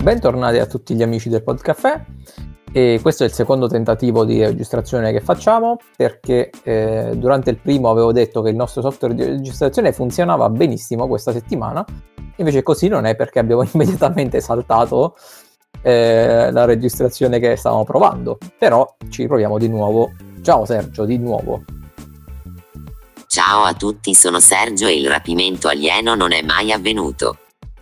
Bentornati a tutti gli amici del Podcaffè. E questo è il secondo tentativo di registrazione che facciamo perché durante il primo avevo detto che il nostro software di registrazione funzionava benissimo questa settimana, invece così non è, perché abbiamo immediatamente saltato la registrazione che stavamo provando, però ci proviamo di nuovo. Ciao Sergio, di nuovo. Ciao a tutti, sono Sergio e il rapimento alieno non è mai avvenuto.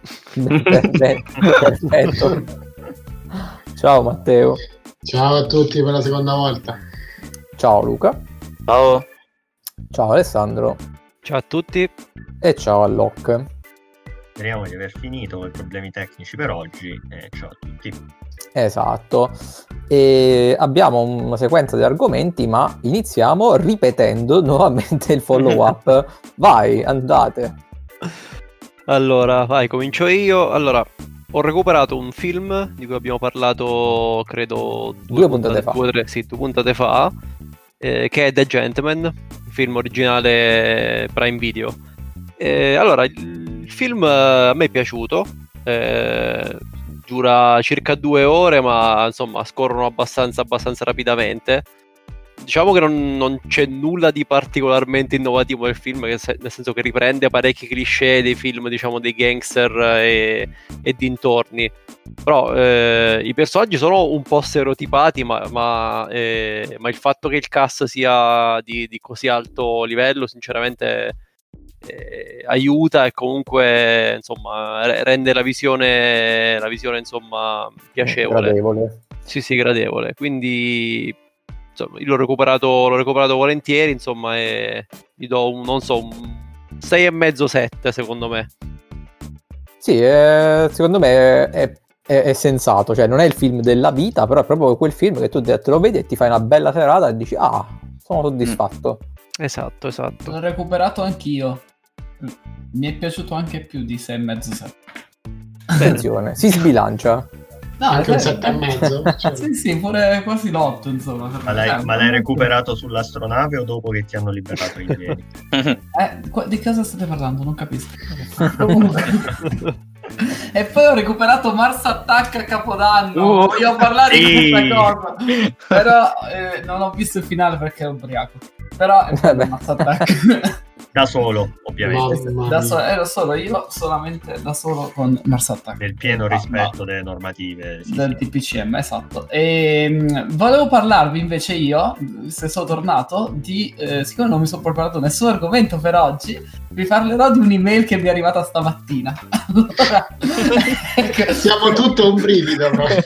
Perfetto. Ciao Matteo. Ciao a tutti per la seconda volta. Ciao Luca. Ciao. Ciao Alessandro. Ciao a tutti. E ciao a Locke. Speriamo di aver finito con i problemi tecnici per oggi. Ciao a tutti. Esatto. E abbiamo una sequenza di argomenti, ma iniziamo ripetendo nuovamente il follow up. Vai, andate. Allora, vai, comincio io. Allora, ho recuperato un film di cui abbiamo parlato, credo, due puntate fa, che è The Gentleman, un film originale Prime Video. Allora, il film a me è piaciuto, dura circa 2 ore, ma insomma scorrono abbastanza rapidamente. Diciamo che non c'è nulla di particolarmente innovativo nel film, nel senso che riprende parecchi cliché dei film, diciamo, dei gangster e dintorni. Però i personaggi sono un po' stereotipati, ma il fatto che il cast sia di così alto livello, sinceramente, aiuta e comunque, insomma, rende la visione insomma piacevole. Gradevole. Sì, gradevole. Quindi insomma, io l'ho recuperato volentieri, insomma, e gli do un 6,5-7, secondo me. Sì, secondo me è sensato, cioè non è il film della vita, però è proprio quel film che tu te lo vedi e ti fai una bella serata e dici sono soddisfatto. Esatto. L'ho recuperato anch'io. Mi è piaciuto anche più di 6,5-7. Attenzione, si sbilancia. No, anche un 7,5. Cioè. Sì, pure quasi l'8, insomma. Ma l'hai recuperato sull'astronave o dopo che ti hanno liberato i miei? Di cosa state parlando? Non capisco. E poi ho recuperato Mars Attack a Capodanno. Voglio parlare di questa cosa. Però non ho visto il finale perché ero ubriaco. Però è Mars Attack. Da solo, ovviamente. Ero solo io, solamente da solo con Mars Attack. Nel pieno rispetto delle normative del DPCM, esatto. E volevo parlarvi invece io, se sono tornato, siccome non mi sono preparato nessun argomento per oggi, vi parlerò di un'email che mi è arrivata stamattina. Allora, siamo tutto un brivido.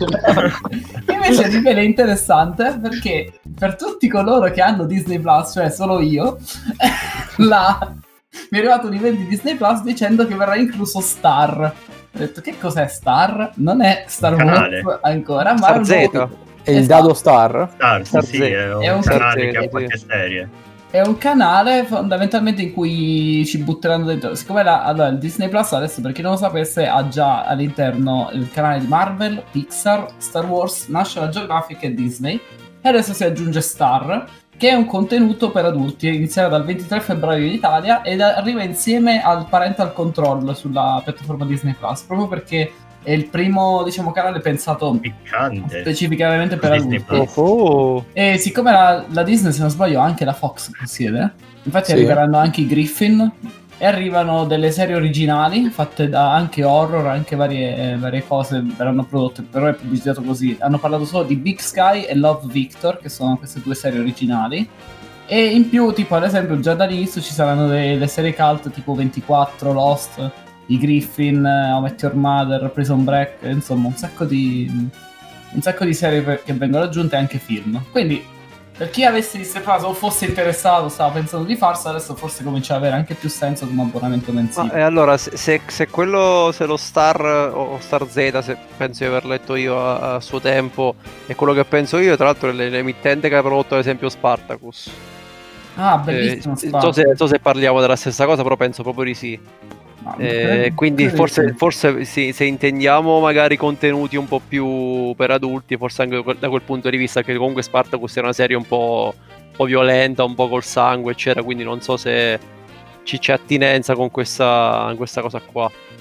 Invece l'email è interessante perché per tutti coloro che hanno Disney Plus, cioè solo io, mi è arrivato un email di Disney Plus dicendo che verrà incluso Star. Ho detto, che cos'è Star? Non è Star Wars ancora, ma Star Z. È il dado Star? Star sì, è un canale che ha qualche serie. È un canale fondamentalmente in cui ci butteranno dentro. Siccome allora, il Disney Plus adesso, per chi non lo sapesse, ha già all'interno il canale di Marvel, Pixar, Star Wars, National Geographic e Disney. E adesso si aggiunge Star, che è un contenuto per adulti, inizierà dal 23 febbraio in Italia ed arriva insieme al Parental Control sulla piattaforma Disney Plus, proprio perché è il primo, diciamo, canale pensato specificamente per adulti. E siccome la Disney, se non sbaglio, anche la Fox possiede, infatti arriveranno anche i Griffin e arrivano delle serie originali fatte da anche horror, anche varie cose verranno prodotte, però è pubblicizzato così. Hanno parlato solo di Big Sky e Love Victor, che sono queste 2 serie originali, e in più, tipo, ad esempio, già dall'inizio ci saranno delle serie cult tipo 24, Lost, i Griffin, How I Met Your Mother, Prison Break, insomma un sacco di serie che vengono aggiunte, anche film. Quindi per chi avesse Disney Plus o fosse interessato, stava pensando di farselo, adesso forse comincia ad avere anche più senso come abbonamento mensile. E allora, se lo Star o Star Z, se penso di aver letto io a suo tempo, è quello che penso io, tra l'altro l'emittente che ha prodotto ad esempio Spartacus. Bellissimo Spartacus. Non so se parliamo della stessa cosa, però penso proprio di sì. Quindi forse sì, se intendiamo magari contenuti un po' più per adulti, forse anche da quel punto di vista, che comunque Spartacus è una serie un po' violenta, un po' col sangue eccetera, quindi non so se c'è attinenza con questa cosa qua.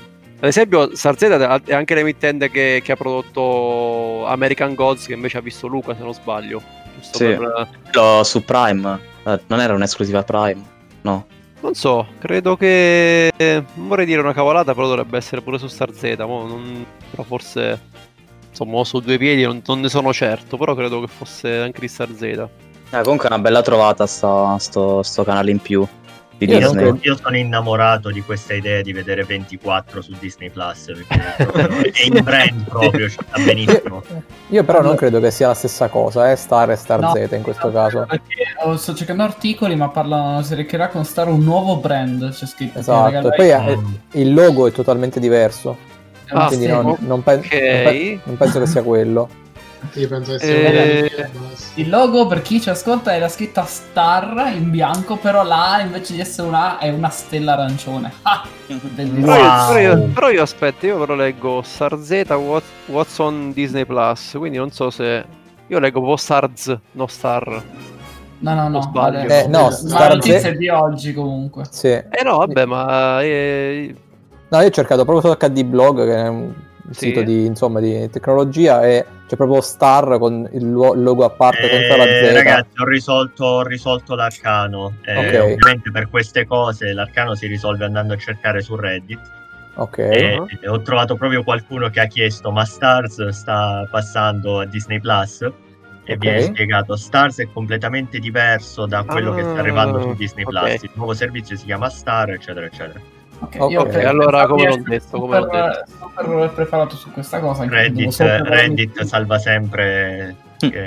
Ad esempio, Star Z è anche l'emittente che ha prodotto American Gods, che invece ha visto Luca, se non sbaglio. Giusto Sì. Su Prime. Non era un'esclusiva Prime? No. Non so, credo che... non vorrei dire una cavolata, però dovrebbe essere pure su Star Z. Però forse... insomma, su due piedi non ne sono certo, però credo che fosse anche di Star Z. Comunque è una bella trovata sto canale in più di Io Disney. Io sono innamorato di questa idea di vedere 24 su Disney Plus, perché è il brand proprio, ci sta benissimo. Io però non credo che sia la stessa cosa, Star e Star No, Z in questo caso. Perché sto cercando articoli, ma parlano si reccherà con Star un nuovo brand, c'è scritto. Esatto, e poi il logo è totalmente diverso, quindi sì, non penso che sia quello. Sì, penso che sia il logo, per chi ci ascolta, è la scritta Star in bianco, però la A invece di essere una A è una stella arancione. Bellissimo. Però io aspetta, io però leggo Star Z What's on Disney Plus, quindi non so se... io leggo proprio Stars, no Star. No, sbaglio. no, Star la notizia Z è di oggi comunque. Sì. No, vabbè, ma... No, io ho cercato proprio su HD Blog, che è un sito di tecnologia, e c'è proprio Star con il logo a parte senza la Z. Ragazzi, ho risolto l'arcano. Ok. Ovviamente per queste cose l'arcano si risolve andando a cercare su Reddit. Ok. E ho trovato proprio qualcuno che ha chiesto: ma Stars sta passando a Disney Plus? E viene spiegato: Stars è completamente diverso da quello che sta arrivando su Disney Plus. Il nuovo servizio si chiama Star, eccetera eccetera. Allora come l'ho detto, super preparato su questa cosa. Reddit salva sempre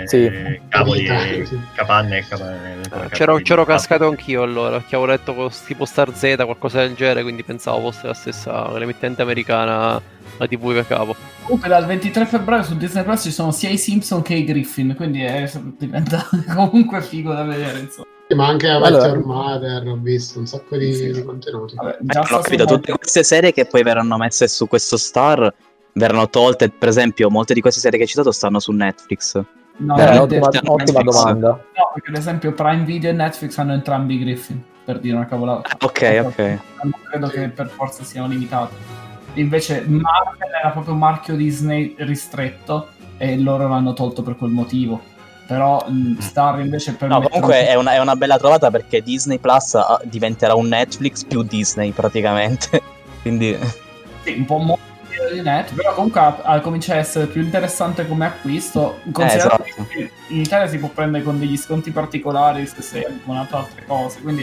cavoli, capanne. C'ero cascato anch'io allora, perché avevo letto tipo Star Z, qualcosa del genere, quindi pensavo fosse la stessa, l'emittente americana, la TV che capo. Comunque dal 23 febbraio su Disney Plus ci sono sia i Simpson che i Griffin, quindi diventa comunque figo da vedere, insomma. Ma anche a Your Mother ho visto un sacco di contenuti. Vabbè, ho capito, tutte queste serie che poi verranno messe su questo Star verranno tolte. Per esempio, molte di queste serie che hai citato stanno su Netflix. No, ottima domanda. No, perché ad esempio Prime Video e Netflix hanno entrambi i Griffin, per dire una cavolata. Ok. Non credo che per forza siano limitati. Invece Marvel era proprio un marchio Disney ristretto e loro l'hanno tolto per quel motivo. Però Star invece per me comunque è una bella trovata, perché Disney Plus diventerà un Netflix più Disney praticamente. Quindi sì, un po' molto di net, però comunque comincia a essere più interessante come acquisto, considerato che in Italia si può prendere con degli sconti particolari se sei abbonato a altre cose, quindi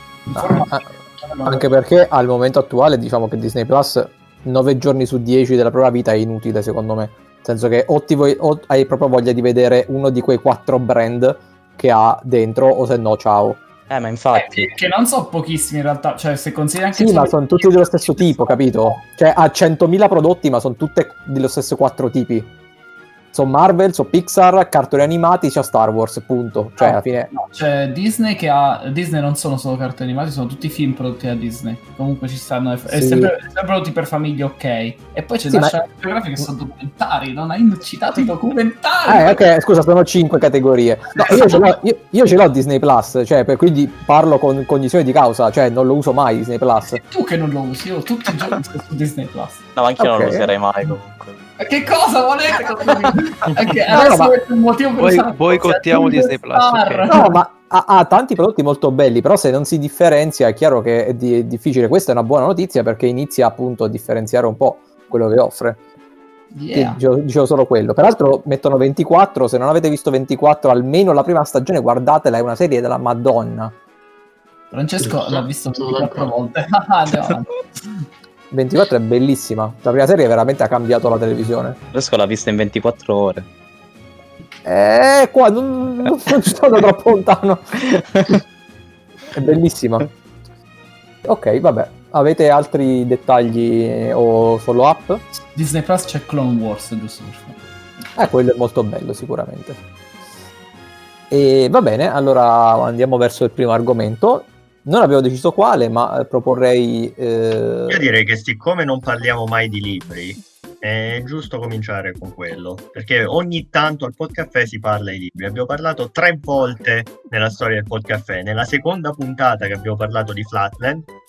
anche perché al momento attuale diciamo che Disney Plus 9 giorni su 10 della propria vita è inutile, secondo me. Nel senso che o hai proprio voglia di vedere uno di quei 4 brand che ha dentro, o se no ciao. Ma infatti che non so pochissimi in realtà, cioè se consideri anche ma sono tutti dello stesso tipo, capito? Cioè ha 100.000 prodotti, ma sono tutte dello stesso 4 tipi. Sono Marvel, sono Pixar, cartoni animati, c'è Star Wars, punto. Cioè alla fine c'è Disney che ha... Disney non sono solo cartoni animati, sono tutti film prodotti da Disney. Comunque ci stanno... È sempre prodotti per famiglie, ok. E poi c'è National Geographic che sono documentari. Non hai citato i documentari. Ok, scusa, sono 5 categorie. No, io ce l'ho Disney Plus, cioè quindi parlo con cognizione di causa, cioè non lo uso mai Disney Plus. Sei tu che non lo usi, io tutti i giorni sto su Disney Plus. No, ma anche io non lo userei mai comunque. Che cosa volete? Adesso è un motivo per boicottiamo Disney Plus. Okay. No, ma ha tanti prodotti molto belli, però se non si differenzia è chiaro che è difficile. Questa è una buona notizia, perché inizia appunto a differenziare un po' quello che offre. Dicevo solo quello. Peraltro mettono 24, se non avete visto 24 almeno la prima stagione guardatela, è una serie della Madonna. Francesco l'ha visto 24 volte. 24 è bellissima. La prima serie veramente ha cambiato la televisione. Francesco l'ha vista in 24 ore. Qua non sono troppo lontano. È bellissima. Ok, vabbè. Avete altri dettagli o follow up? Disney Plus c'è Clone Wars, giusto per fare. Quello è molto bello sicuramente. E va bene, allora andiamo verso il primo argomento. Non avevo deciso quale, ma proporrei... Io direi che siccome non parliamo mai di libri, è giusto cominciare con quello, perché ogni tanto al Podcaffè si parla di libri. Abbiamo parlato 3 volte nella storia del Podcaffè. Nella seconda puntata che abbiamo parlato di Flatland,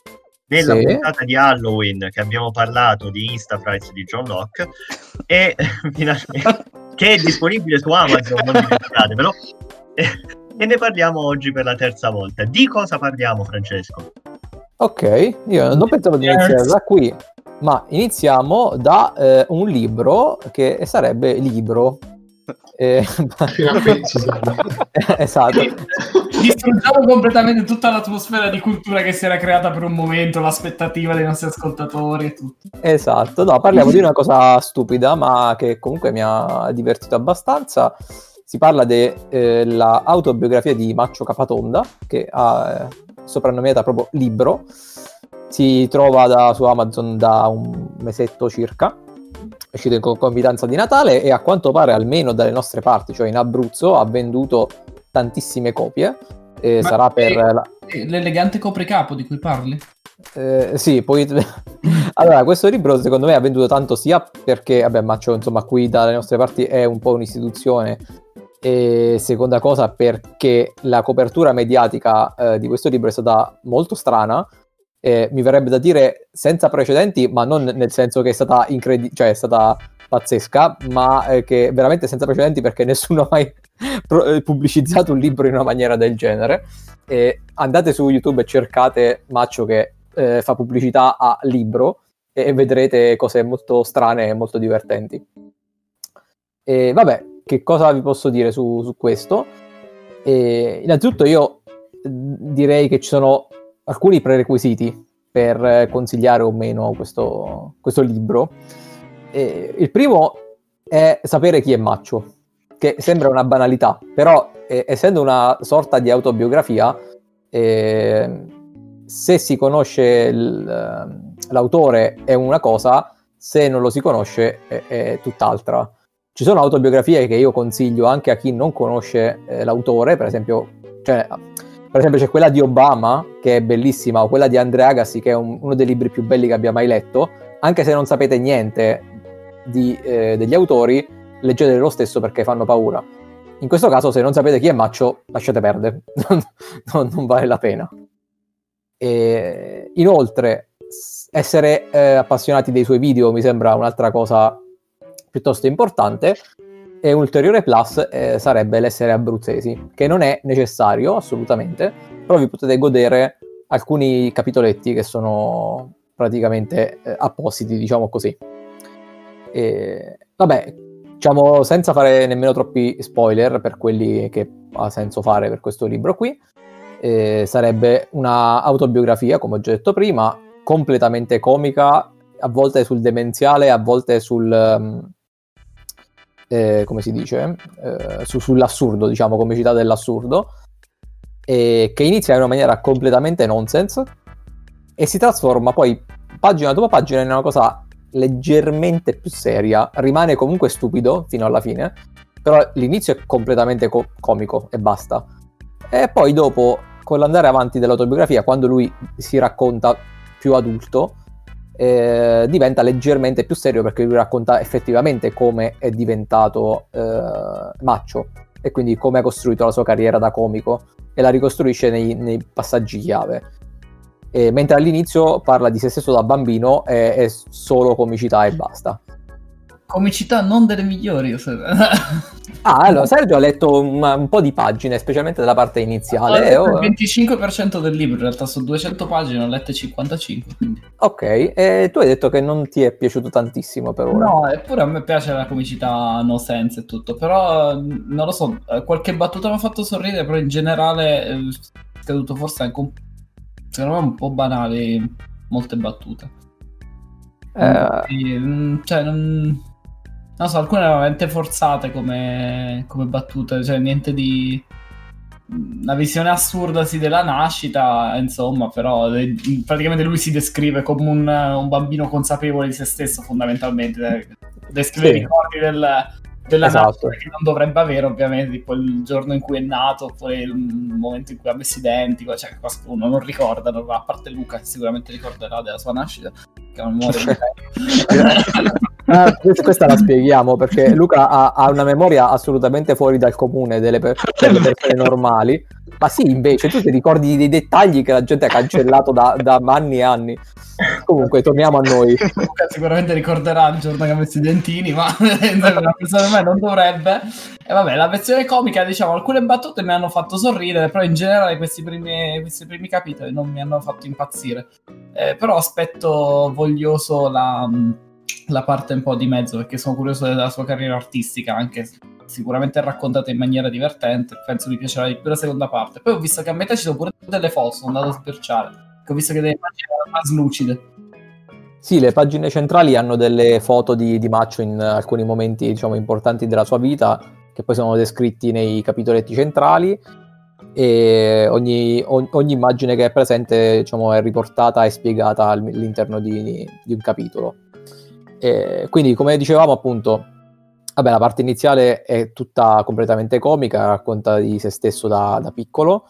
nella Sì. puntata di Halloween che abbiamo parlato di Instaprice di John Locke e finalmente che è disponibile su Amazon, non dimenticatevelo, e ne parliamo oggi per la terza volta. Di cosa parliamo, Francesco? Ok, io non pensavo di iniziare da qui, ma iniziamo da un libro che sarebbe libro. Fino a qui ci siamo. Esatto. Distruggiamo completamente tutta l'atmosfera di cultura che si era creata per un momento, l'aspettativa dei nostri ascoltatori e tutto. Esatto, no, parliamo di una cosa stupida, ma che comunque mi ha divertito abbastanza. Si parla della autobiografia di Maccio Capatonda, che ha soprannominata proprio libro. Si trova su Amazon da un mesetto circa, è uscito in concomitanza di Natale e a quanto pare, almeno dalle nostre parti, cioè in Abruzzo, ha venduto tantissime copie. Sarà per l'elegante copricapo di cui parli? Sì, poi allora questo libro secondo me ha venduto tanto sia perché vabbè, Maccio insomma qui dalle nostre parti è un po' un'istituzione, e seconda cosa perché la copertura mediatica di questo libro è stata molto strana, mi verrebbe da dire senza precedenti, ma non nel senso che è stata cioè è stata pazzesca, ma che veramente senza precedenti perché nessuno ha mai pubblicizzato un libro in una maniera del genere. Andate su YouTube e cercate Maccio che fa pubblicità a libro e vedrete cose molto strane e molto divertenti. E vabbè, che cosa vi posso dire su questo? Innanzitutto io direi che ci sono alcuni prerequisiti per consigliare o meno questo libro. Il primo è sapere chi è Maccio, che sembra una banalità, però essendo una sorta di autobiografia, se si conosce l'autore è una cosa, se non lo si conosce è tutt'altra. Ci sono autobiografie che io consiglio anche a chi non conosce l'autore, per esempio c'è quella di Obama, che è bellissima, o quella di Andre Agassi, che è uno dei libri più belli che abbia mai letto. Anche se non sapete niente degli autori, leggeteli lo stesso perché fanno paura. In questo caso, se non sapete chi è Maccio, lasciate perdere, non vale la pena. Inoltre, essere appassionati dei suoi video mi sembra un'altra cosa piuttosto importante. E un ulteriore plus sarebbe l'essere abruzzesi, che non è necessario assolutamente, però vi potete godere alcuni capitoletti che sono praticamente appositi, diciamo così. Vabbè, diciamo senza fare nemmeno troppi spoiler per quelli che ha senso fare per questo libro qui, sarebbe una autobiografia, come ho già detto prima, completamente comica, a volte sul demenziale, a volte sul come si dice, sull'assurdo, diciamo, comicità dell'assurdo, che inizia in una maniera completamente nonsense e si trasforma poi pagina dopo pagina in una cosa leggermente più seria. Rimane comunque stupido fino alla fine, però l'inizio è completamente comico e basta. E poi dopo, con l'andare avanti dell'autobiografia, quando lui si racconta più adulto, diventa leggermente più serio perché lui racconta effettivamente come è diventato Maccio e quindi come ha costruito la sua carriera da comico e la ricostruisce nei passaggi chiave, mentre all'inizio parla di se stesso da bambino e è solo comicità e basta. Comicità non delle migliori. Allora Sergio ha letto un po' di pagine, specialmente della parte iniziale. Il 25% del libro, in realtà su 200 pagine ho lette 55. Quindi. Ok, e tu hai detto che non ti è piaciuto tantissimo per ora. No, eppure a me piace la comicità no sense e tutto, però non lo so, qualche battuta mi ha fatto sorridere, però in generale è scaduto forse anche secondo me un po' banale molte battute. Cioè non so, alcune erano veramente forzate come battute, cioè niente di una visione assurda sì della nascita, insomma, però praticamente lui si descrive come un bambino consapevole di se stesso, fondamentalmente, descrive i ricordi della nascita che non dovrebbe avere, ovviamente, tipo il giorno in cui è nato, oppure il momento in cui ha messo i denti, cioè cosa che uno non ricorda, a parte Luca che sicuramente ricorderà della sua nascita, che ha una memoria questa la spieghiamo perché Luca ha una memoria assolutamente fuori dal comune delle persone normali, Ma sì, invece, tu ti ricordi dei dettagli che la gente ha cancellato da anni e anni. Comunque, torniamo a noi. Luca sicuramente ricorderà il giorno che ha messo i dentini, ma una persona ormai non dovrebbe. E vabbè, la versione comica, diciamo, alcune battute mi hanno fatto sorridere, però in generale questi primi capitoli non mi hanno fatto impazzire. Però aspetto voglioso la parte un po' di mezzo, perché sono curioso della sua carriera artistica, anche sicuramente raccontata in maniera divertente. Penso mi piacerà di più la seconda parte. Poi ho visto che a metà ci sono pure delle foto, sono andato a sbirciare, che ho visto che delle immagini erano traslucide. Sì, le pagine centrali hanno delle foto di Maccio in alcuni momenti, diciamo, importanti della sua vita, che poi sono descritti nei capitoletti centrali, e ogni immagine che è presente, diciamo, è riportata e spiegata all'interno di un capitolo. Quindi, come dicevamo, appunto, vabbè, la parte iniziale è tutta completamente comica, racconta di se stesso da piccolo,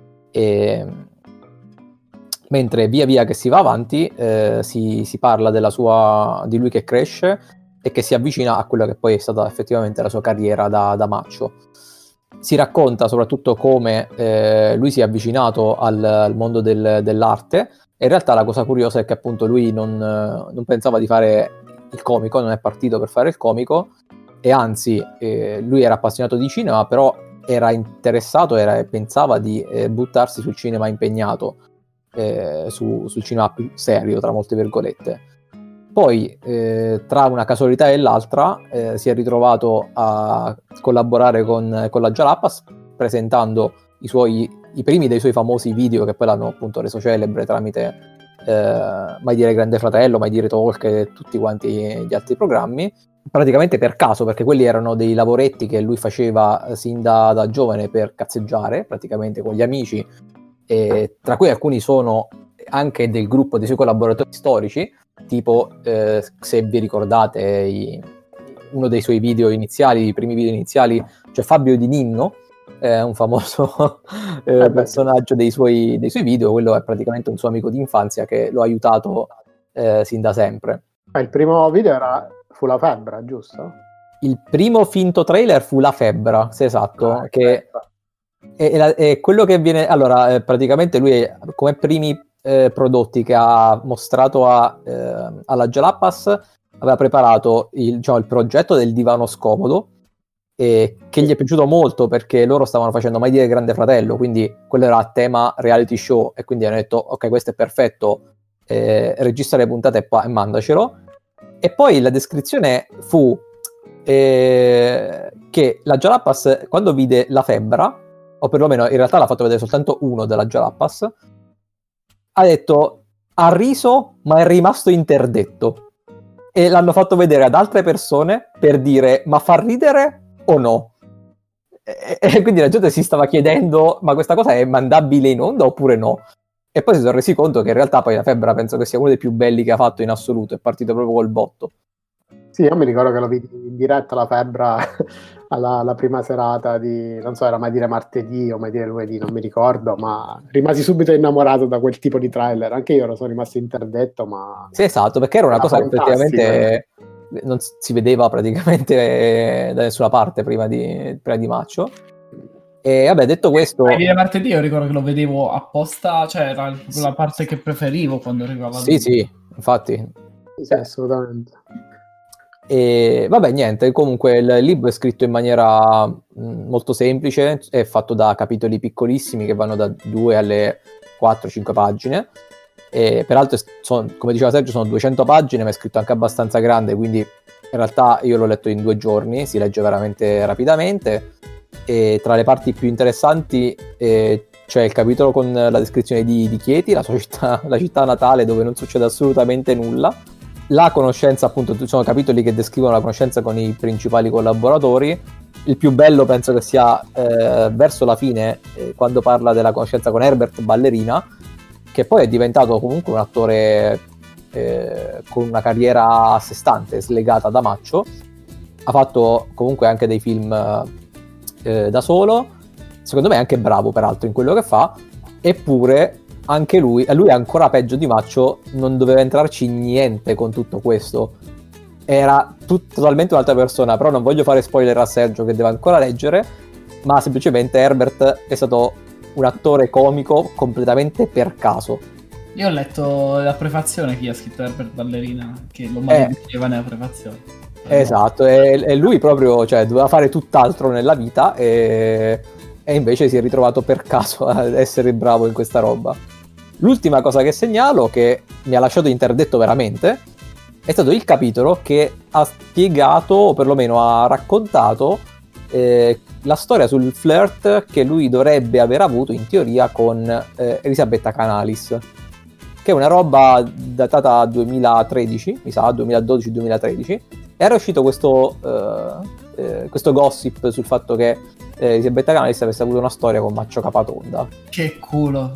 mentre via via che si va avanti si parla di lui che cresce e che si avvicina a quella che poi è stata effettivamente la sua carriera da Maccio. Si racconta soprattutto come lui si è avvicinato al mondo dell'arte, e in realtà la cosa curiosa è che appunto lui non pensava di fare il comico, non è partito per fare il comico, e anzi lui era appassionato di cinema, però era interessato e pensava di buttarsi sul cinema impegnato, sul cinema più serio, tra molte virgolette. Poi tra una casualità e l'altra si è ritrovato a collaborare con la Jalapas, presentando i primi dei suoi famosi video, che poi l'hanno appunto reso celebre tramite Mai Dire Grande Fratello, Mai Dire Talk e tutti quanti gli altri programmi, praticamente per caso, perché quelli erano dei lavoretti che lui faceva sin da giovane per cazzeggiare praticamente con gli amici, tra cui alcuni sono anche del gruppo dei suoi collaboratori storici, tipo se vi ricordate uno dei suoi video iniziali, i primi video iniziali, cioè Fabio Di Ninno, un famoso personaggio dei suoi video. Quello è praticamente un suo amico di infanzia che lo ha aiutato sin da sempre. Il primo video fu La Febbra, giusto? Il primo finto trailer fu La Febbra, sì, esatto, che è quello che viene... Allora, praticamente lui, come primi prodotti che ha mostrato alla Jalapas, aveva preparato il progetto del divano scomodo, che gli è piaciuto molto perché loro stavano facendo Mai Dire Grande Fratello, quindi quello era a tema reality show, e quindi hanno detto ok, questo è perfetto, registra le puntate e mandacelo. E poi la descrizione fu che la Jalapas, quando vide La Febbra, o perlomeno in realtà l'ha fatto vedere soltanto uno della Jalapas, ha detto ha riso ma è rimasto interdetto, e l'hanno fatto vedere ad altre persone per dire ma fa ridere o no? E quindi la gente si stava chiedendo ma questa cosa è mandabile in onda oppure no? E poi si sono resi conto che in realtà poi La Febbra penso che sia uno dei più belli che ha fatto in assoluto, è partito proprio col botto. Sì, io mi ricordo che lo vidi in diretta La Febbra alla prima serata di, non so, era Mai Dire Martedì o Mai Dire Lunedì, non mi ricordo, ma rimasi subito innamorato da quel tipo di trailer. Anche io sono rimasto interdetto, ma... Sì, esatto, perché era una cosa che effettivamente non si vedeva praticamente da nessuna parte prima di Maccio. E vabbè, detto questo... Mai Dire Martedì io ricordo che lo vedevo apposta, cioè era la parte che preferivo quando arrivava. Sì, infatti. Sì, assolutamente. E vabbè, niente, comunque il libro è scritto in maniera molto semplice, è fatto da capitoli piccolissimi che vanno da 2 alle 4-5 pagine, e peraltro come diceva Sergio sono 200 pagine, ma è scritto anche abbastanza grande, quindi in realtà io l'ho letto in 2 giorni, si legge veramente rapidamente, e tra le parti più interessanti c'è il capitolo con la descrizione di Chieti, la sua città, la città natale, dove non succede assolutamente nulla. La conoscenza, appunto, sono capitoli che descrivono la conoscenza con i principali collaboratori. Il più bello penso che sia verso la fine, quando parla della conoscenza con Herbert Ballerina, che poi è diventato comunque un attore con una carriera a sé stante, slegata da Maccio. Ha fatto comunque anche dei film da solo, secondo me è anche bravo peraltro in quello che fa, eppure anche lui è ancora peggio di Maccio, non doveva entrarci niente con tutto questo, era totalmente un'altra persona. Però non voglio fare spoiler a Sergio che deve ancora leggere, ma semplicemente Herbert è stato un attore comico completamente per caso. Io ho letto la prefazione, chi ha scritto Herbert Ballerina, che lo malediceva nella prefazione. Esatto, e lui proprio, cioè, doveva fare tutt'altro nella vita e invece si è ritrovato per caso ad essere bravo in questa roba. L'ultima cosa che segnalo, che mi ha lasciato interdetto veramente, è stato il capitolo che ha spiegato, o perlomeno ha raccontato, la storia sul flirt che lui dovrebbe aver avuto in teoria con Elisabetta Canalis, che è una roba datata 2013, mi sa, 2012-2013. Era uscito questo gossip sul fatto che Elisabetta Canalis avesse avuto una storia con Maccio Capatonda. Che culo!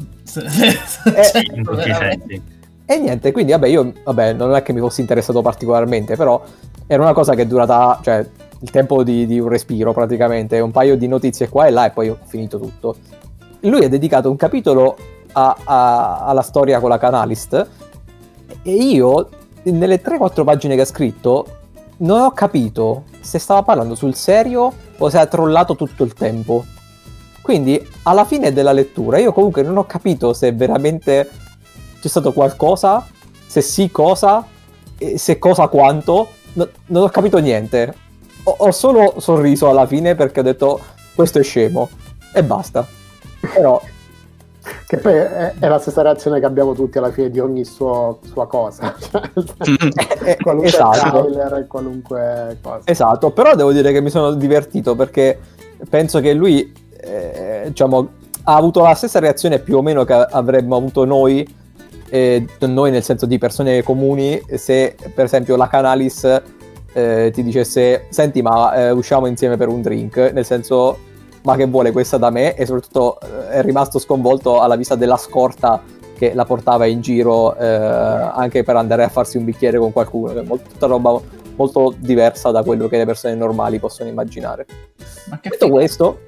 E niente, quindi non è che mi fossi interessato particolarmente, però era una cosa che è durata, cioè, il tempo di un respiro praticamente, un paio di notizie qua e là e poi ho finito tutto. Lui ha dedicato un capitolo alla storia con la Canalist e io, nelle 3-4 pagine che ha scritto, non ho capito se stava parlando sul serio o se ha trollato tutto il tempo. Quindi alla fine della lettura io comunque non ho capito se veramente c'è stato qualcosa, se sì cosa, se cosa quanto, non ho capito niente. Ho solo sorriso alla fine perché ho detto questo è scemo e basta. Però che poi è la stessa reazione che abbiamo tutti alla fine di ogni sua cosa, qualunque trailer e qualunque cosa. Esatto, però devo dire che mi sono divertito perché penso che lui diciamo ha avuto la stessa reazione più o meno che avremmo avuto noi nel senso di persone comuni, se per esempio la Canalis ti dicesse senti ma usciamo insieme per un drink, nel senso ma che vuole questa da me, e soprattutto è rimasto sconvolto alla vista della scorta che la portava in giro anche per andare a farsi un bicchiere con qualcuno, che è tutta roba molto diversa da quello che le persone normali possono immaginare. Ma che detto questo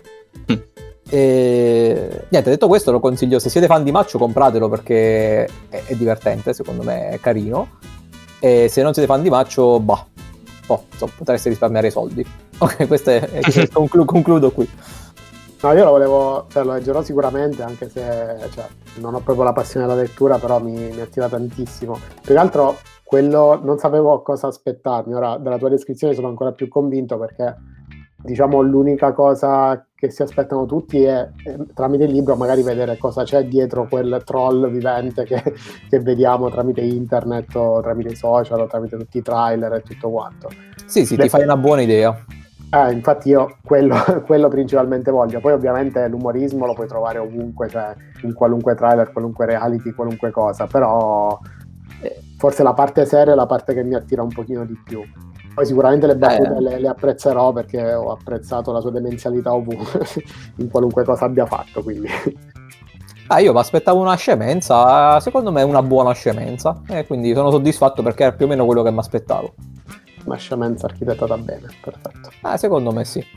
niente, detto questo lo consiglio, se siete fan di Maccio compratelo perché è divertente, secondo me è carino, e se non siete fan di Maccio potreste risparmiare i soldi. Ok, questo è concludo qui. No, io lo leggerò sicuramente, anche se non ho proprio la passione della lettura, però mi attira tantissimo. Più che altro quello non sapevo cosa aspettarmi, ora dalla tua descrizione sono ancora più convinto perché diciamo l'unica cosa che si aspettano tutti è tramite il libro magari vedere cosa c'è dietro quel troll vivente che vediamo tramite internet o tramite i social o tramite tutti i trailer e tutto quanto. Sì, ti fai una buona idea. Infatti io quello principalmente voglio. Poi ovviamente l'umorismo lo puoi trovare ovunque, cioè in qualunque trailer, qualunque reality, qualunque cosa, però forse la parte seria è la parte che mi attira un pochino di più. Poi sicuramente le battute le apprezzerò perché ho apprezzato la sua demenzialità ovunque, in qualunque cosa abbia fatto, quindi... Io mi aspettavo una scemenza, secondo me è una buona scemenza, e quindi sono soddisfatto perché era più o meno quello che mi aspettavo. Una scemenza architettata bene, perfetto. Secondo me sì.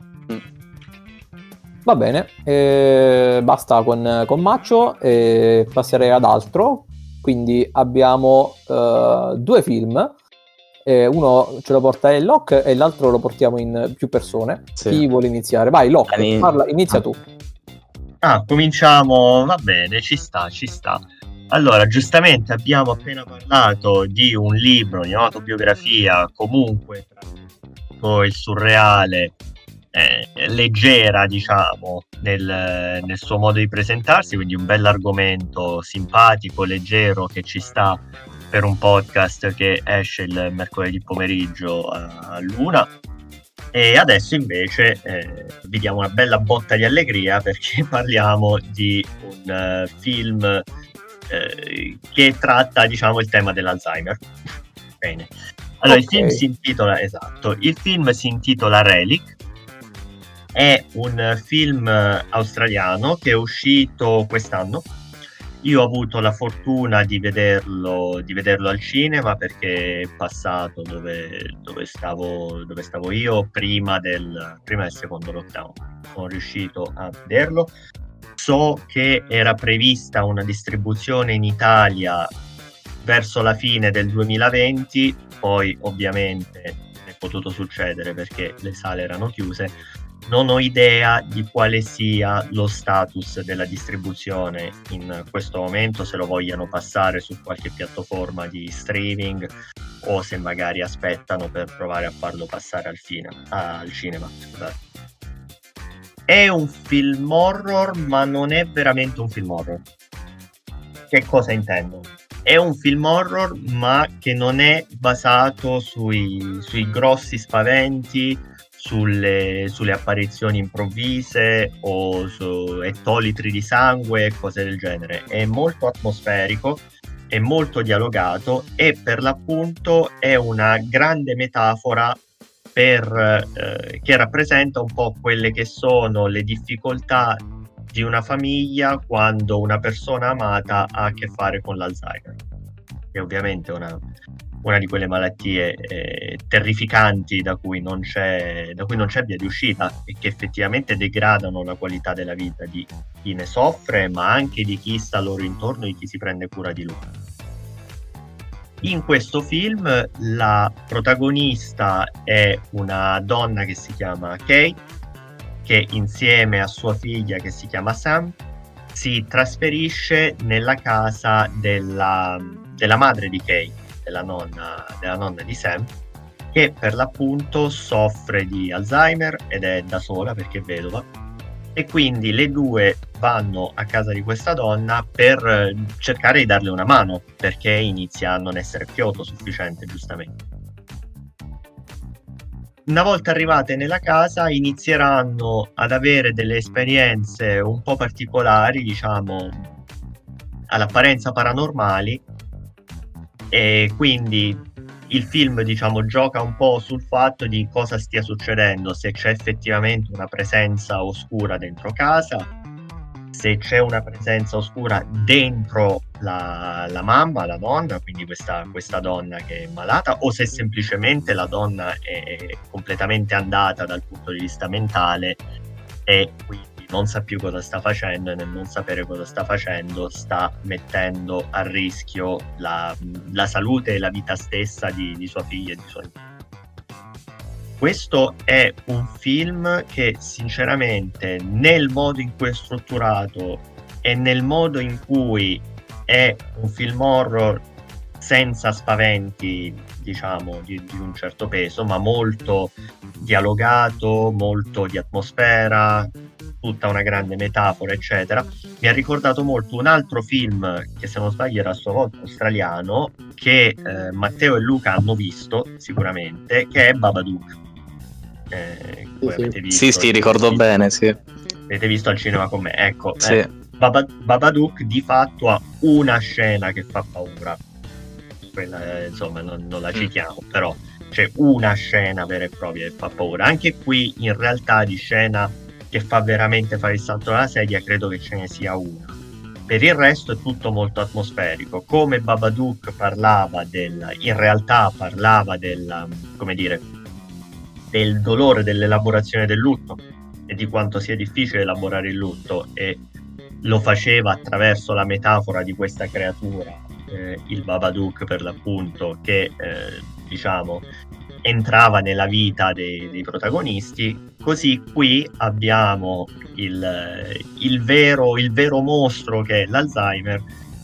Va bene, basta con Maccio e passerei ad altro. Quindi abbiamo 2 film, uno ce lo porta il Locke e l'altro lo portiamo in più persone. Sì. Chi vuole iniziare? Vai Locke, inizia tu. Cominciamo, va bene, ci sta. Allora, giustamente abbiamo appena parlato di un libro, di un'autobiografia, comunque tra il surreale, leggera, diciamo, nel suo modo di presentarsi, quindi un bell'argomento simpatico, leggero, che ci sta per un podcast che esce il mercoledì pomeriggio all'1. E adesso invece vi diamo una bella botta di allegria perché parliamo di un film che tratta, diciamo, il tema dell'Alzheimer. Bene. Allora, okay. Il film si intitola Relic. È un film australiano che è uscito quest'anno. Io ho avuto la fortuna di vederlo al cinema perché è passato dove stavo io prima del secondo lockdown. Sono riuscito a vederlo. So che era prevista una distribuzione in Italia verso la fine del 2020, poi ovviamente non è potuto succedere perché le sale erano chiuse, non ho idea di quale sia lo status della distribuzione in questo momento, se lo vogliano passare su qualche piattaforma di streaming o se magari aspettano per provare a farlo passare al cinema. Scusate. È un film horror, ma non è veramente un film horror. Che cosa intendo? È un film horror, ma che non è basato sui grossi spaventi, sulle apparizioni improvvise o su ettolitri di sangue e cose del genere. È molto atmosferico, è molto dialogato e per l'appunto è una grande metafora che rappresenta un po' quelle che sono le difficoltà di una famiglia quando una persona amata ha a che fare con l'Alzheimer, che ovviamente è una di quelle malattie terrificanti da cui non c'è via di uscita e che effettivamente degradano la qualità della vita di chi ne soffre, ma anche di chi sta loro intorno, di chi si prende cura di lui. In questo film la protagonista è una donna che si chiama Kay, che insieme a sua figlia che si chiama Sam si trasferisce nella casa della madre di Kay, della nonna di Sam, che per l'appunto soffre di Alzheimer ed è da sola perché è vedova, e quindi le due vanno a casa di questa donna per cercare di darle una mano, perché inizia a non essere più autosufficiente, giustamente. Una volta arrivate nella casa inizieranno ad avere delle esperienze un po' particolari, diciamo all'apparenza paranormali, e quindi il film, diciamo, gioca un po' sul fatto di cosa stia succedendo, se c'è effettivamente una presenza oscura dentro casa, se c'è una presenza oscura dentro la mamma, la donna, quindi questa donna che è malata, o se semplicemente la donna è completamente andata dal punto di vista mentale e quindi non sa più cosa sta facendo, e nel non sapere cosa sta facendo sta mettendo a rischio la salute e la vita stessa di sua figlia e di suo nipote. Questo è un film che sinceramente, nel modo in cui è strutturato e nel modo in cui è un film horror senza spaventi, diciamo, di un certo peso, ma molto dialogato, molto di atmosfera, tutta una grande metafora, eccetera. Mi ha ricordato molto un altro film che, se non sbaglio, era a sua volta australiano, che Matteo e Luca hanno visto sicuramente, che è Babadook. Avete visto, sì, ricordo bene, sì. Avete visto al cinema con me, ecco. Sì. Babadook di fatto ha una scena che fa paura. Quella, insomma, non la citiamo, però c'è una scena vera e propria che fa paura. Anche qui, in realtà, di scena che fa veramente fare il salto dalla sedia, credo che ce ne sia una. Per il resto è tutto molto atmosferico. Come Babadook parlava in realtà parlava come dire, del dolore dell'elaborazione del lutto e di quanto sia difficile elaborare il lutto, e lo faceva attraverso la metafora di questa creatura, il Babadook per l'appunto, che diciamo entrava nella vita dei protagonisti. Così qui abbiamo il vero mostro che è l'Alzheimer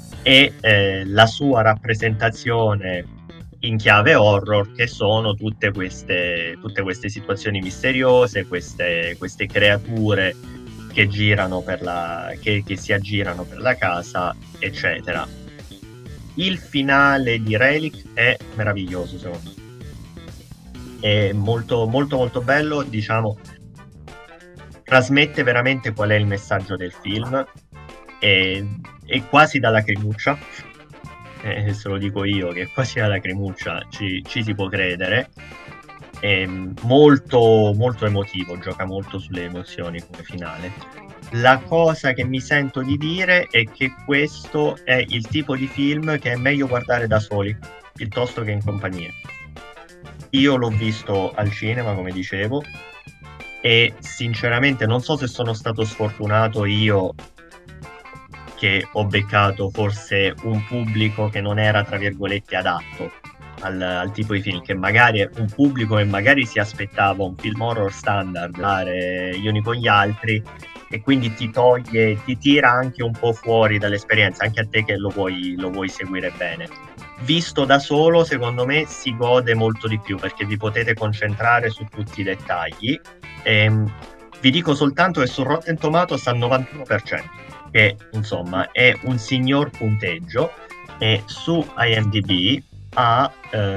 e la sua rappresentazione in chiave horror, che sono tutte queste situazioni misteriose, queste creature che girano che si aggirano per la casa, eccetera. Il finale di Relic è meraviglioso, secondo me. È molto molto molto bello, diciamo, trasmette veramente qual è il messaggio del film, e quasi da lacrimuccia. Se lo dico io che quasi alla lacrimuccia ci si può credere. È molto molto emotivo, gioca molto sulle emozioni come finale. La cosa che mi sento di dire è che questo è il tipo di film che è meglio guardare da soli piuttosto che in compagnia. Io l'ho visto al cinema, come dicevo, e sinceramente non so se sono stato sfortunato io, che ho beccato forse un pubblico che non era, tra virgolette, adatto, al tipo di film che magari è un pubblico che magari si aspettava un film horror standard, gli uni con gli altri, e quindi ti tira anche un po' fuori dall'esperienza, anche a te che lo vuoi seguire bene. Visto da solo, secondo me si gode molto di più perché vi potete concentrare su tutti i dettagli. Vi dico soltanto che su Rotten Tomatoes sta al 91%, che insomma è un signor punteggio, e su IMDb ha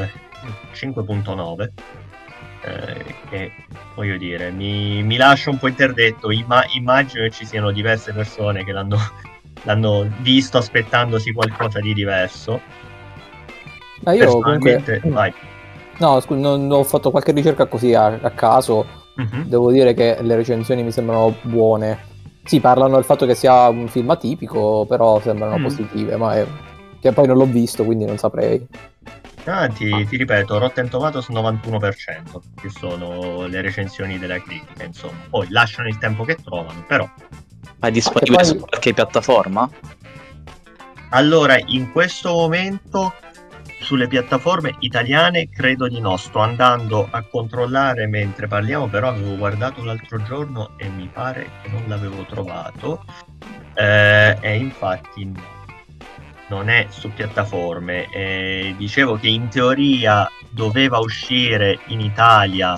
5.9, che voglio dire mi lascia un po' interdetto. Immagino che ci siano diverse persone che l'hanno visto aspettandosi qualcosa di diverso. Ma io comunque vai. No, non ho fatto qualche ricerca così a caso. Devo dire che le recensioni mi sembrano buone. Sì, parlano del fatto che sia un film atipico, però sembrano positive, ma che poi non l'ho visto, quindi non saprei. Ti ripeto, Rotten Tomatoes 91%, che sono le recensioni della critica, insomma. Poi lasciano il tempo che trovano, però. Ma è disponibile su qualche piattaforma? Allora, in questo momento sulle piattaforme italiane credo di no. Sto andando a controllare mentre parliamo, però avevo guardato l'altro giorno e mi pare che non l'avevo trovato. E infatti non è su piattaforme. Dicevo che in teoria doveva uscire in Italia,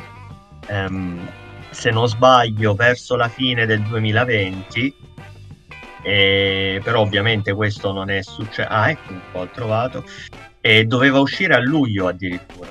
se non sbaglio, verso la fine del 2020. Però ovviamente questo non è successo. Ecco, un po' ho trovato. E doveva uscire a luglio addirittura.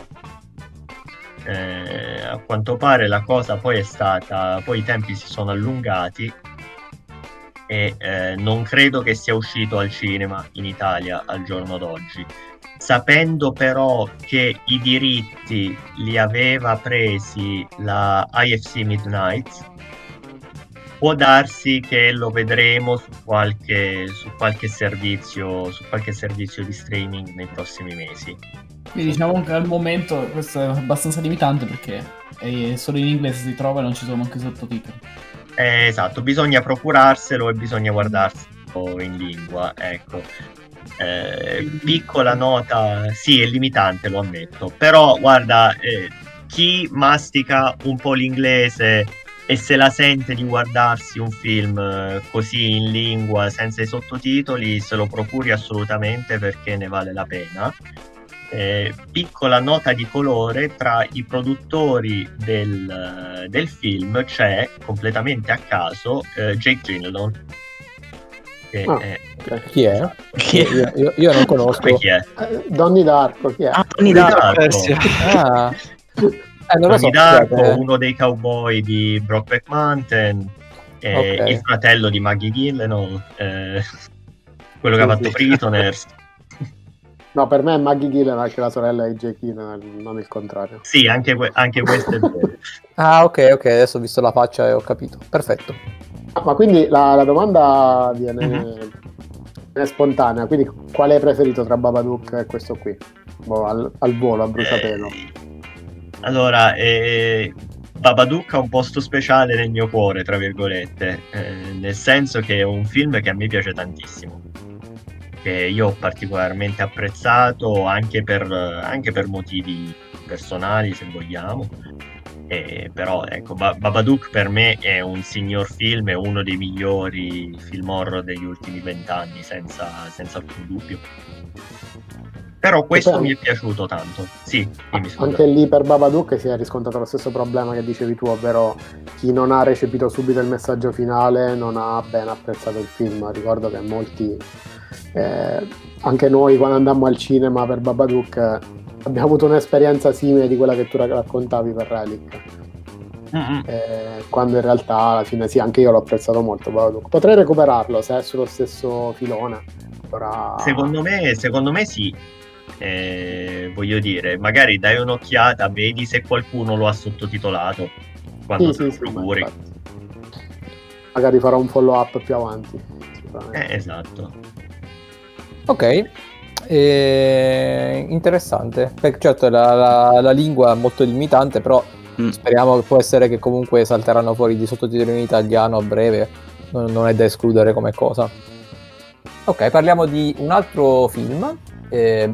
A quanto pare la cosa poi è stata, poi i tempi si sono allungati e non credo che sia uscito al cinema in Italia al giorno d'oggi. Sapendo però che i diritti li aveva presi la IFC Midnight, può darsi che lo vedremo su qualche servizio di streaming nei prossimi mesi. Quindi diciamo che al momento questo è abbastanza limitante perché solo in inglese si trova e non ci sono anche sottotitoli. Esatto, bisogna procurarselo e bisogna guardarselo in lingua, ecco. Piccola nota, sì, è limitante, lo ammetto, però guarda, chi mastica un po' l'inglese e se la sente di guardarsi un film così in lingua senza i sottotitoli, se lo procuri assolutamente perché ne vale la pena. Piccola nota di colore: tra i produttori del film c'è, completamente a caso, Jake Gyllenhaal. Chi è? Io non conosco. Chi è? Donnie Darko, chi è? Donnie Darko. Non lo so, Darko, uno dei cowboy di Brokeback Mountain, il fratello di Maggie Gyllenhaal, quello che ha fatto Prisoners. No, per me è Maggie Gyllenhaal che è la sorella di Jake Gyllenhaal, non il contrario. Sì, anche questo è vero. Ok, adesso ho visto la faccia e ho capito. Perfetto. Ma quindi la domanda viene spontanea, quindi quale hai preferito tra Babadook e questo qui? Al volo, a bruciapelo. Allora, Babadook ha un posto speciale nel mio cuore, tra virgolette, nel senso che è un film che a me piace tantissimo, che io ho particolarmente apprezzato anche per motivi personali, se vogliamo. Però ecco, Babadook per me è un signor film, è uno dei migliori film horror degli ultimi 20 anni, senza alcun dubbio. Però questo mi è piaciuto tanto. Sì, anche lì per Babadook si è riscontrato lo stesso problema che dicevi tu, ovvero chi non ha recepito subito il messaggio finale non ha ben apprezzato il film. Ricordo che molti, anche noi quando andammo al cinema per Babadook, abbiamo avuto un'esperienza simile di quella che tu raccontavi per Relic. Quando in realtà alla fine sì, anche io l'ho apprezzato molto Babadook. Potrei recuperarlo se è sullo stesso filone. Secondo me sì. Voglio dire, magari dai un'occhiata, vedi se qualcuno lo ha sottotitolato quando te lo procuri. Magari farò un follow up più avanti. Esatto. Ok. Interessante. Certo, la lingua è molto limitante, però speriamo che può essere che comunque salteranno fuori di sottotitoli in italiano a breve. Non è da escludere come cosa. Ok, parliamo di un altro film.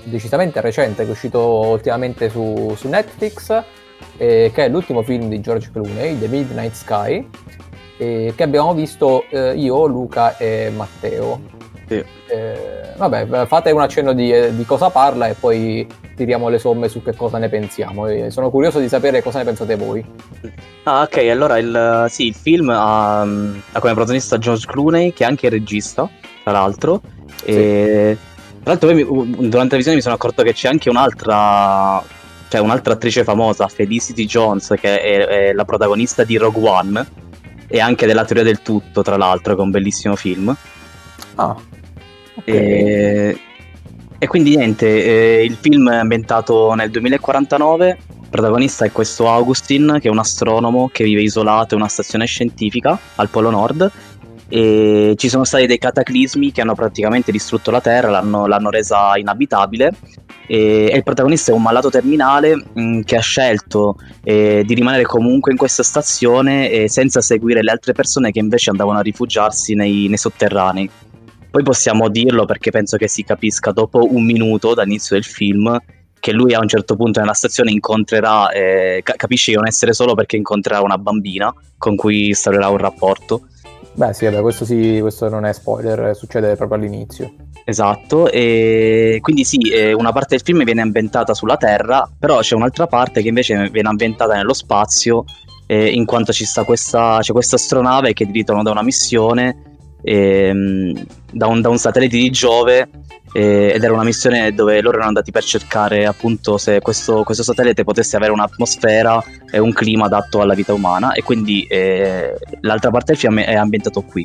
decisamente recente, che è uscito ultimamente su Netflix, che è l'ultimo film di George Clooney, The Midnight Sky, che abbiamo visto io, Luca e Matteo. Sì. Vabbè, fate un accenno di cosa parla e poi tiriamo le somme su che cosa ne pensiamo. Sono curioso di sapere cosa ne pensate voi. Ah, ok, allora il film ha come protagonista George Clooney, che è anche il regista, tra l'altro. Sì. E tra l'altro poi durante la visione mi sono accorto che c'è anche un'altra attrice famosa, Felicity Jones, che è la protagonista di Rogue One e anche della Teoria del Tutto, tra l'altro, che è un bellissimo film. Ah, okay. E quindi niente, il film è ambientato nel 2049, il protagonista è questo Augustin, che è un astronomo che vive isolato in una stazione scientifica al Polo Nord, e ci sono stati dei cataclismi che hanno praticamente distrutto la Terra, l'hanno resa inabitabile, e il protagonista è un malato terminale che ha scelto di rimanere comunque in questa stazione senza seguire le altre persone che invece andavano a rifugiarsi nei sotterranei. Poi possiamo dirlo perché penso che si capisca dopo un minuto dall'inizio del film che lui a un certo punto nella stazione incontrerà, capisce di non essere solo perché incontrerà una bambina con cui instaurerà un rapporto. Beh sì, vabbè, questo non è spoiler, succede proprio all'inizio. Esatto, e quindi sì, una parte del film viene ambientata sulla Terra, però c'è un'altra parte che invece viene ambientata nello spazio, in quanto c'è questa astronave che è di ritorno da una missione, da un satellite di Giove, ed era una missione dove loro erano andati per cercare appunto se questo satellite potesse avere un'atmosfera e un clima adatto alla vita umana, e quindi l'altra parte del film è ambientato qui.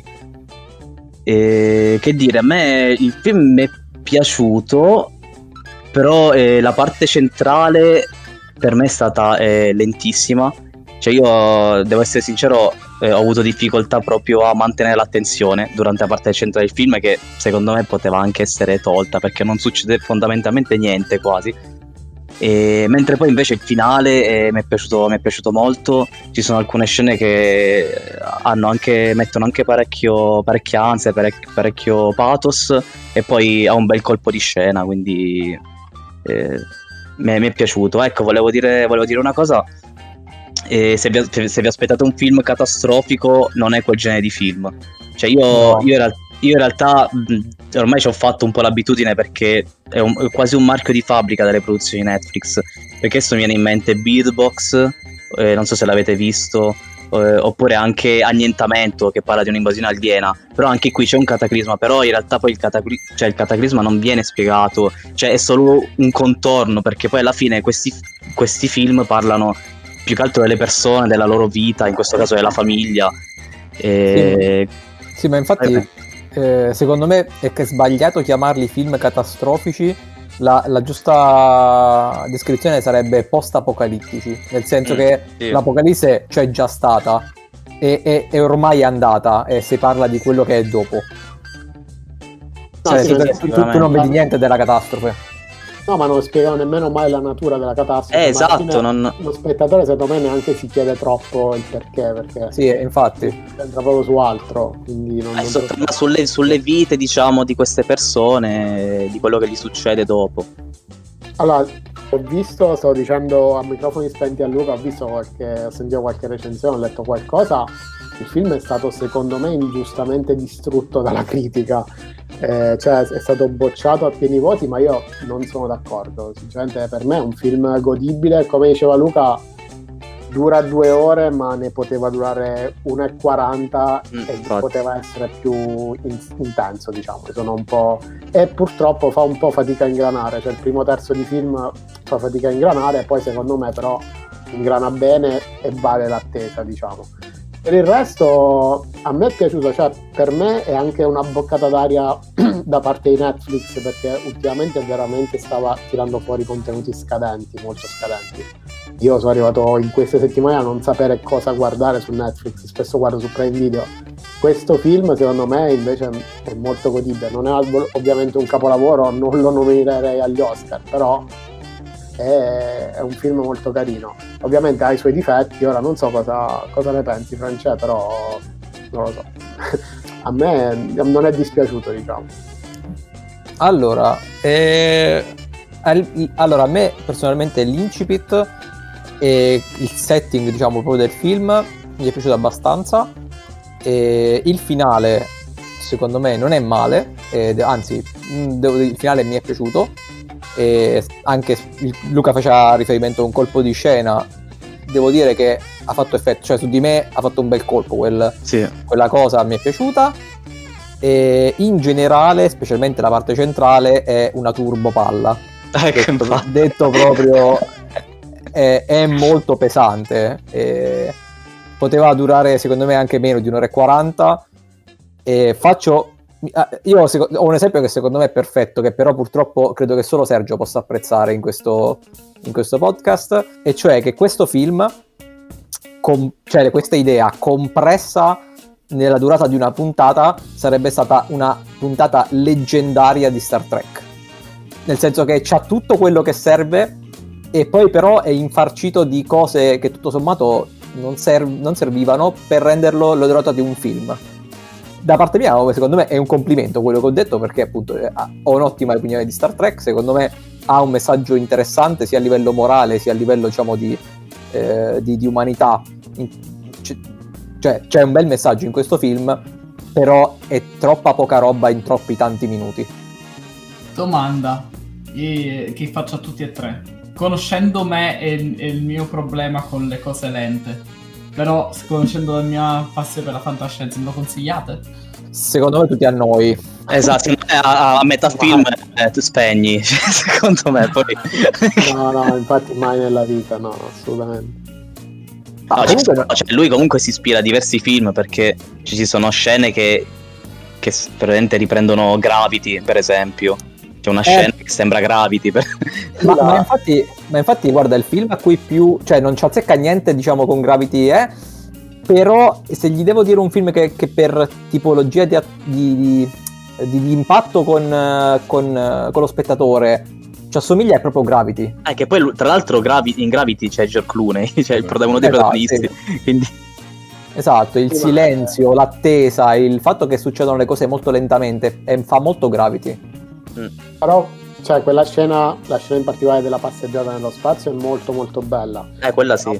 Che dire, a me il film mi è piaciuto, però la parte centrale per me è stata lentissima. Cioè io devo essere sincero, ho avuto difficoltà proprio a mantenere l'attenzione durante la parte centrale del film, che secondo me poteva anche essere tolta perché non succede fondamentalmente niente quasi. Mentre poi invece il finale mi è piaciuto molto. Ci sono alcune scene che mettono anche parecchia ansia, parecchio pathos, e poi ha un bel colpo di scena, quindi mi è piaciuto. Ecco, volevo dire una cosa. Se vi aspettate un film catastrofico, non è quel genere di film. Cioè io in realtà ormai ci ho fatto un po' l'abitudine, perché è quasi un marchio di fabbrica delle produzioni Netflix, perché adesso mi viene in mente Beatbox, non so se l'avete visto, oppure anche Annientamento, che parla di un'invasione aliena, però anche qui c'è un cataclisma, però in realtà poi il cataclisma non viene spiegato, cioè è solo un contorno, perché poi alla fine questi film parlano più che altro delle persone, della loro vita, in questo caso della famiglia. Sì, ma infatti secondo me è che è sbagliato chiamarli film catastrofici. La giusta descrizione sarebbe post-apocalittici, nel senso che sì, l'apocalisse c'è già stata e è ormai andata, e si parla di quello che è dopo. Cioè, tu non vedi niente della catastrofe. No, ma non spiegano nemmeno mai la natura della catastrofe. Esatto, lo spettatore secondo me neanche si chiede troppo il perché sì, infatti entra proprio su altro, quindi torna sulle vite, diciamo, di queste persone, di quello che gli succede dopo. Allora, stavo dicendo a microfoni spenti a Luca, ho sentito qualche recensione, ho letto qualcosa. Il film è stato secondo me ingiustamente distrutto dalla critica, cioè è stato bocciato a pieni voti, ma io non sono d'accordo. Sinceramente per me è un film godibile, come diceva Luca, dura 2 ore, ma ne poteva durare 1:40 e poteva essere più intenso, diciamo. Sono un po', e purtroppo fa un po' fatica a ingranare, cioè il primo terzo di film fa fatica a ingranare, poi secondo me però ingrana bene e vale l'attesa, diciamo. Per il resto a me è piaciuto, cioè per me è anche una boccata d'aria da parte di Netflix, perché ultimamente veramente stava tirando fuori contenuti scadenti, molto scadenti. Io sono arrivato in queste settimane a non sapere cosa guardare su Netflix, spesso guardo su Prime Video. Questo film secondo me invece è molto godibile, non è ovviamente un capolavoro, non lo nominerei agli Oscar, però è un film molto carino. Ovviamente ha i suoi difetti, ora non so cosa ne pensi, Francesco, però non lo so. A me non è dispiaciuto, diciamo. Allora, Allora, a me personalmente l'incipit e il setting, diciamo, proprio del film mi è piaciuto abbastanza. E il finale, secondo me, non è male, anzi, il finale mi è piaciuto. E anche Luca faceva riferimento a un colpo di scena, devo dire che ha fatto effetto, cioè su di me ha fatto un bel colpo, quella cosa mi è piaciuta. E in generale, specialmente la parte centrale, è una turbopalla. Detto proprio, è molto pesante. Poteva durare secondo me anche meno di 1 ora e 40. Io ho un esempio che secondo me è perfetto, che però purtroppo credo che solo Sergio possa apprezzare in questo podcast, e cioè che questo film, cioè questa idea compressa nella durata di una puntata, sarebbe stata una puntata leggendaria di Star Trek, nel senso che c'ha tutto quello che serve e poi però è infarcito di cose che tutto sommato non servivano per renderlo la durata di un film. Da parte mia, secondo me è un complimento quello che ho detto, perché appunto ho un'ottima opinione di Star Trek, secondo me ha un messaggio interessante sia a livello morale sia a livello, diciamo, di umanità. Cioè c'è un bel messaggio in questo film, però è troppa poca roba in troppi tanti minuti. Domanda che faccio a tutti e tre. Conoscendo me è il mio problema con le cose lente. Però, conoscendo la mia passione per la fantascienza, me lo consigliate? Secondo me tutti a noi. Esatto, a metà film tu spegni, secondo me poi. No, infatti mai nella vita, no, assolutamente. Lui comunque si ispira a diversi film, perché ci sono scene che veramente riprendono Gravity, per esempio. C'è una scena che sembra Gravity. Ma infatti, guarda, il film a cui più, cioè non ci azzecca niente, diciamo, con Gravity però se gli devo dire un film che per tipologia di impatto con lo spettatore ci assomiglia, è proprio Gravity. Che poi tra l'altro in Gravity c'è George Clooney, cioè uno dei protagonisti, quindi... Esatto, il silenzio, l'attesa, il fatto che succedono le cose molto lentamente fa molto Gravity. Però, cioè, quella scena, la scena in particolare della passeggiata nello spazio è molto molto bella. Quella sì.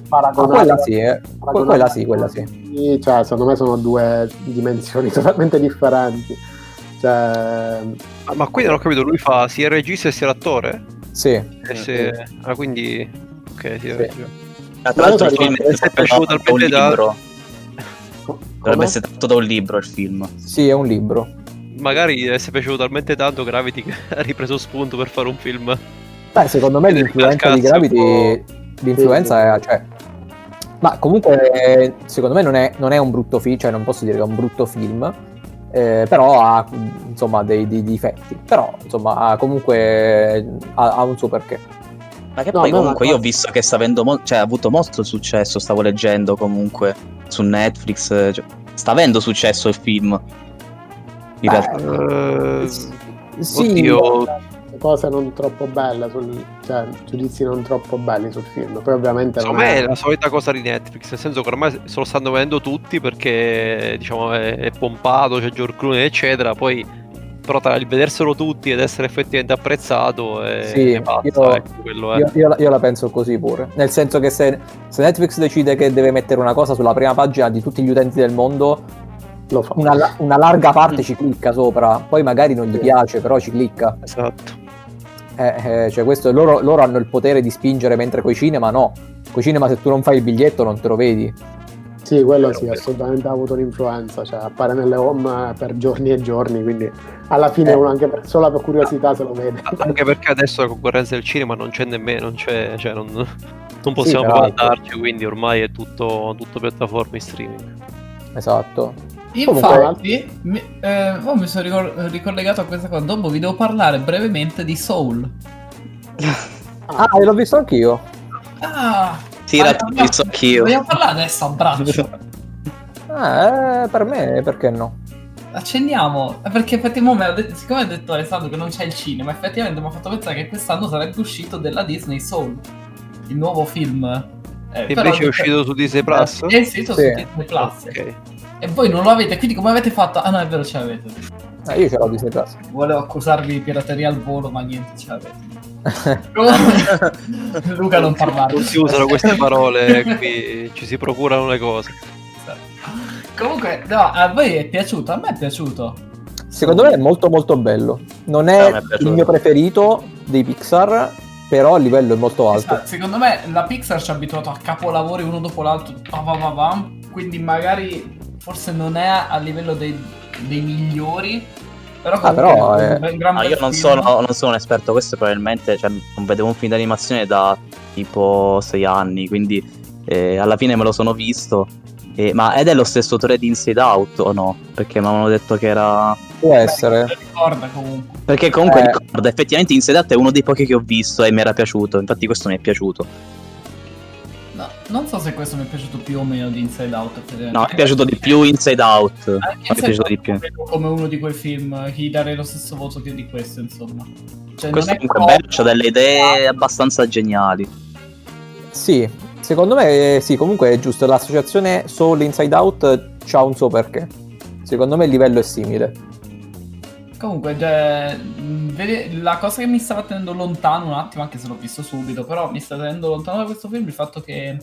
Quella sì. Cioè, secondo me sono due dimensioni totalmente differenti. Cioè... Ma qui non ho capito, lui fa sia il regista e sia l'attore? Sì. Quindi... Ok, sì. Tra l'altro il film è piaciuto talmente libro. Dovrebbe essere tratto da un libro il film. Sì, è un libro. Magari deve essere piaciuto talmente tanto Gravity che ha ripreso spunto per fare un film. Secondo me l'influenza di Gravity, l'influenza è, cioè, ma comunque secondo me non è un brutto film, cioè non posso dire che è un brutto film, però ha, insomma, dei difetti, però insomma comunque ha un suo perché. Ma che poi comunque io ho visto che sta avendo ha avuto molto successo, stavo leggendo comunque su Netflix, cioè, sta avendo successo il film. In realtà. Sì, oddio. Cose non troppo belle, cioè giudizi non troppo belli sul film. Poi ovviamente secondo me è la solita cosa di Netflix, nel senso che ormai se lo stanno vedendo tutti perché, diciamo, è pompato, c'è George Clooney eccetera, poi però tra il vederselo tutti ed essere effettivamente apprezzato è basta, io la penso così pure, nel senso che se Netflix decide che deve mettere una cosa sulla prima pagina di tutti gli utenti del mondo, lo fa. Una larga parte ci clicca sopra, poi magari non gli piace, però ci clicca. Esatto. Cioè questo, loro hanno il potere di spingere, mentre coi cinema no. Coi cinema se tu non fai il biglietto non te lo vedi. Sì, quello sì, assolutamente ha avuto un'influenza, cioè appare nelle home per giorni e giorni, quindi alla fine uno anche solo per curiosità se lo vede. Anche perché adesso la concorrenza del cinema non c'è nemmeno, cioè non possiamo guardarci, quindi ormai è tutto piattaforme streaming. Esatto. Infatti, mi sono ricollegato a questa cosa. Dopo vi devo parlare brevemente di Soul. L'ho visto anch'io. Sì, l'ho visto anch'io. Vogliamo parlare adesso a braccio? Per me, perché no? Accendiamo, perché effettivamente, siccome ha detto Alessandro che non c'è il cinema, effettivamente mi ha fatto pensare che quest'anno sarebbe uscito della Disney Soul, il nuovo film. Invece è uscito su Disney Plus? È uscito su Disney Plus. Ok. E voi non lo avete, quindi come avete fatto? Ah no, è vero, ce l'avete. Io ce l'ho Disney Plus. Volevo accusarvi di pirateria al volo, ma niente, ce l'avete. Luca non parlare. Non si usano queste parole, qui ci si procurano le cose. Comunque, no, a voi è piaciuto? A me è piaciuto. Secondo me è molto molto bello. Non è il mio preferito dei Pixar, però il livello è molto alto. Secondo me la Pixar ci ha abituato a capolavori uno dopo l'altro, quindi magari forse non è a livello dei migliori, però comunque io non sono un esperto, questo probabilmente, cioè, non vedevo un film d'animazione da tipo 6 anni, quindi alla fine me lo sono visto. Ma ed è lo stesso autore di Inside Out o no? Perché mi avevano detto che era... Può essere. Ricorda comunque. Perché comunque ricorda, effettivamente Inside Out è uno dei pochi che ho visto e mi era piaciuto, infatti questo mi è piaciuto. No, non so se questo mi è piaciuto più o meno di Inside Out. No, mi è piaciuto di più Inside Out. Mi è piaciuto di più. Come uno di quei film, gli darei lo stesso voto che di questo, insomma. Cioè, questo è comunque bello, c'ha delle idee abbastanza geniali. Sì, secondo me sì, comunque è giusto, l'associazione Soul Inside Out c'ha un suo perché. Secondo me il livello è simile. Comunque, la cosa che mi stava tenendo lontano un attimo, anche se l'ho visto subito, però mi sta tenendo lontano da questo film il fatto che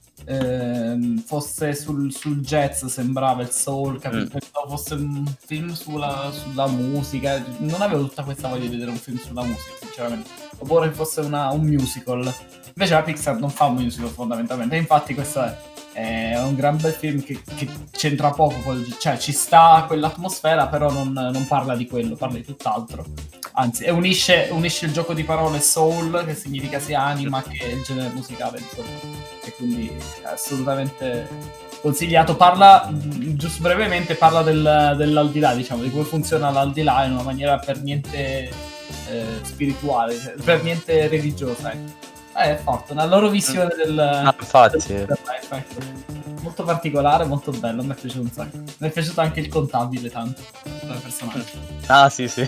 fosse sul jazz, sembrava il soul, capito? Pensavo fosse un film sulla musica, non avevo tutta questa voglia di vedere un film sulla musica, sinceramente, oppure che fosse un musical. Invece la Pixar non fa un musical fondamentalmente, infatti questo è un gran bel film che c'entra poco, cioè ci sta quell'atmosfera, però non parla di quello, parla di tutt'altro. Anzi, unisce il gioco di parole soul, che significa sia anima che il genere musicale, insomma. E quindi è assolutamente consigliato. Parla, giusto brevemente, parla dell'aldilà, diciamo, di come funziona l'aldilà in una maniera per niente spirituale, per niente religiosa, ecco. È forte, una loro visione infatti. Molto particolare, molto bello, mi è piaciuto un sacco. Mi è piaciuto anche il contabile tanto, come personaggio. Ah, sì. Sì,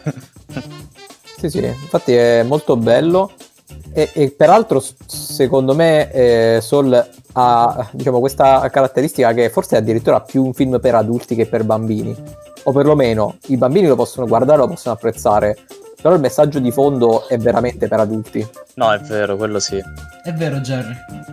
infatti è molto bello e peraltro secondo me Soul ha, diciamo, questa caratteristica che forse è addirittura più un film per adulti che per bambini, o perlomeno i bambini lo possono guardare, lo possono apprezzare, però il messaggio di fondo è veramente per adulti. No, è vero, quello sì. È vero, Jerry.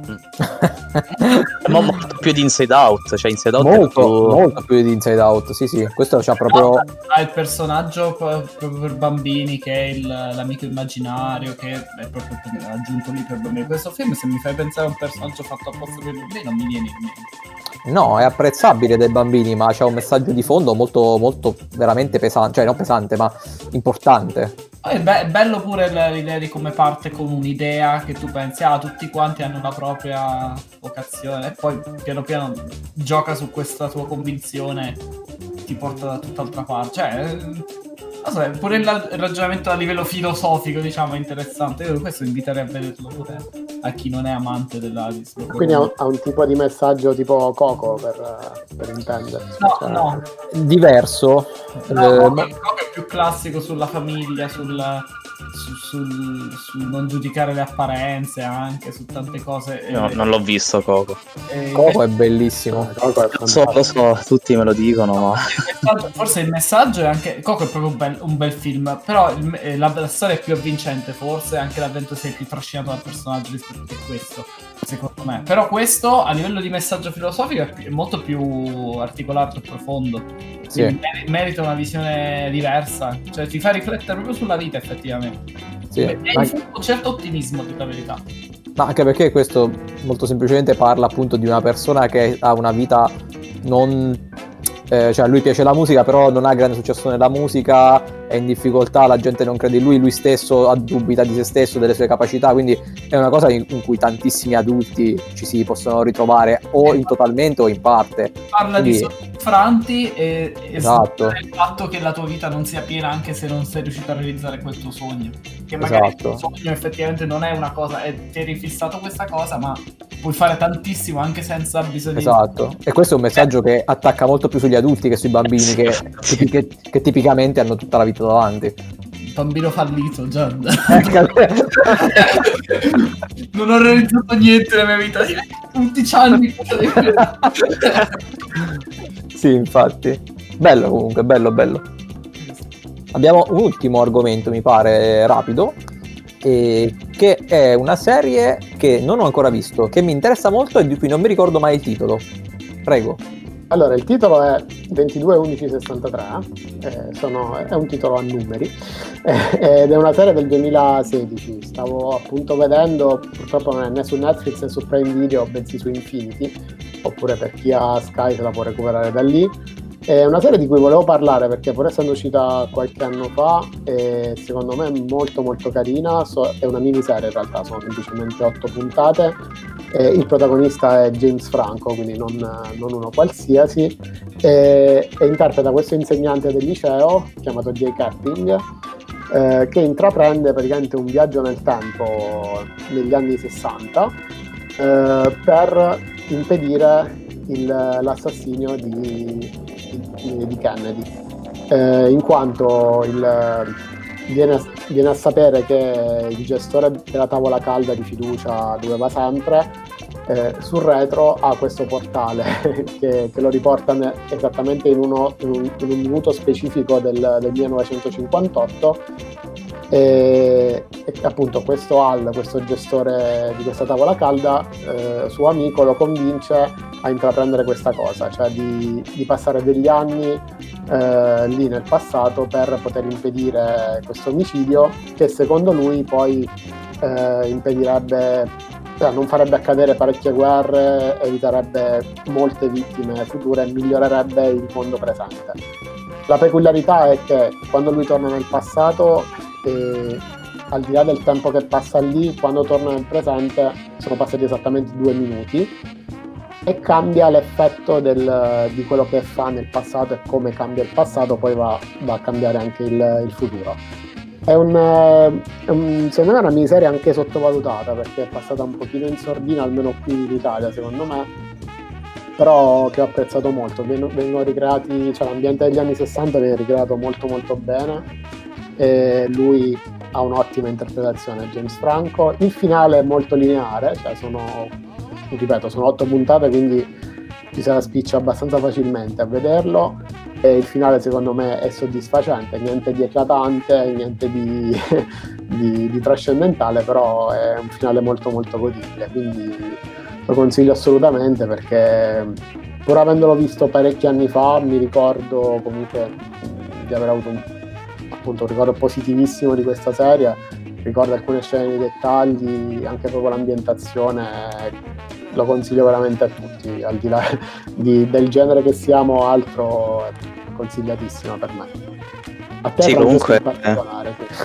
Molto più di Inside Out, cioè Inside Out molto più di Inside Out, sì, questo c'ha proprio... Ha il personaggio proprio per bambini, che è l'amico immaginario, che è proprio aggiunto lì per bambini. Questo film, se mi fai pensare a un personaggio fatto apposta per bambini, non mi viene in mente. No, è apprezzabile dai bambini, ma c'ha un messaggio di fondo molto, molto veramente pesante, cioè non pesante, ma importante. È bello pure l'idea di come parte con un'idea che tu pensi, tutti quanti hanno la propria vocazione, e poi piano piano gioca su questa tua convinzione, ti porta da tutt'altra parte. Cioè, non so, pure il ragionamento a livello filosofico, diciamo, è interessante. Io questo inviterei a vederlo pure a chi non è amante della disco. Quindi ha un tipo di messaggio tipo Coco, per intendersi. No. Diverso. Coco è più classico sulla famiglia, sul non giudicare le apparenze, anche su tante cose. No, non l'ho visto Coco. Coco è bellissimo. Coco è lo so, tutti me lo dicono, ma... Forse il messaggio è anche... Coco è proprio un bel film, però la storia è più avvincente, forse anche l'avvento sei più trascinato dal personaggio rispetto a questo, secondo me. Però questo, a livello di messaggio filosofico, è molto più articolato e profondo. Sì. Merita una visione diversa, cioè ti fa riflettere proprio sulla vita, effettivamente. Sì, E un certo ottimismo, di la verità. Ma anche perché questo molto semplicemente parla appunto di una persona che ha una vita non... cioè a lui piace la musica, però non ha grande successo nella musica, è in difficoltà, la gente non crede in lui stesso ha dubita di se stesso, delle sue capacità, quindi è una cosa in cui tantissimi adulti ci si possono ritrovare o in totalmente o in parte. Parla di soffranti e esatto. Il fatto che la tua vita non sia piena anche se non sei riuscito a realizzare quel tuo sogno, che magari il tuo sogno effettivamente non è una cosa, ti eri fissato questa cosa, ma puoi fare tantissimo anche senza bisogno di... E questo è un messaggio che attacca molto più sugli adulti che sui bambini che tipicamente hanno tutta la vita davanti. Bambino fallito, già. Non ho realizzato niente nella mia vita, 11 anni. Sì, infatti. Bello comunque, bello. Abbiamo un ultimo argomento, mi pare, rapido, che è una serie che non ho ancora visto, che mi interessa molto e di cui non mi ricordo mai il titolo. Prego. Allora, il titolo è 22-11-63, è un titolo a numeri, ed è una serie del 2016. Stavo appunto vedendo, purtroppo non è né su Netflix né su Prime Video, bensì su Infinity, oppure per chi ha Sky se la può recuperare da lì. È una serie di cui volevo parlare perché, pur essendo uscita qualche anno fa, secondo me è molto molto carina. È una miniserie in realtà, sono semplicemente 8 puntate. Il protagonista è James Franco, quindi non uno qualsiasi, e interpreta questo insegnante del liceo chiamato Jay Capping, che intraprende praticamente un viaggio nel tempo negli anni 60 per impedire l'assassinio di Kennedy, in quanto viene a sapere che il gestore della tavola calda di fiducia dove va sempre, sul retro ha questo portale che lo riporta esattamente in un minuto specifico del 1958, e appunto questo gestore di questa tavola calda, suo amico, lo convince a intraprendere questa cosa, cioè di passare degli anni lì nel passato per poter impedire questo omicidio, che secondo lui poi non farebbe accadere parecchie guerre, eviterebbe molte vittime future e migliorerebbe il mondo presente. La peculiarità è che quando lui torna nel passato, al di là del tempo che passa lì, quando torna nel presente sono passati esattamente 2 minuti, e cambia l'effetto di quello che fa nel passato, e come cambia il passato poi va a cambiare anche il futuro. Secondo me è una miniserie anche sottovalutata, perché è passata un pochino in sordina, almeno qui in Italia secondo me, però che ho apprezzato molto. Vengono ricreati, cioè l'ambiente degli anni 60 viene ricreato molto molto bene, e lui ha un'ottima interpretazione, James Franco. Il finale è molto lineare, cioè sono 8 puntate, quindi ci se la spiccia abbastanza facilmente a vederlo, e il finale secondo me è soddisfacente, niente di eclatante, niente di trascendentale, però è un finale molto molto godibile, quindi lo consiglio assolutamente, perché pur avendolo visto parecchi anni fa mi ricordo comunque di aver avuto un ricordo positivissimo di questa serie. Ricordo alcune scene, i dettagli, anche proprio l'ambientazione. Lo consiglio veramente a tutti, al di là del genere che siamo, altro è consigliatissima per me. A te, sì, comunque, in particolare, sì.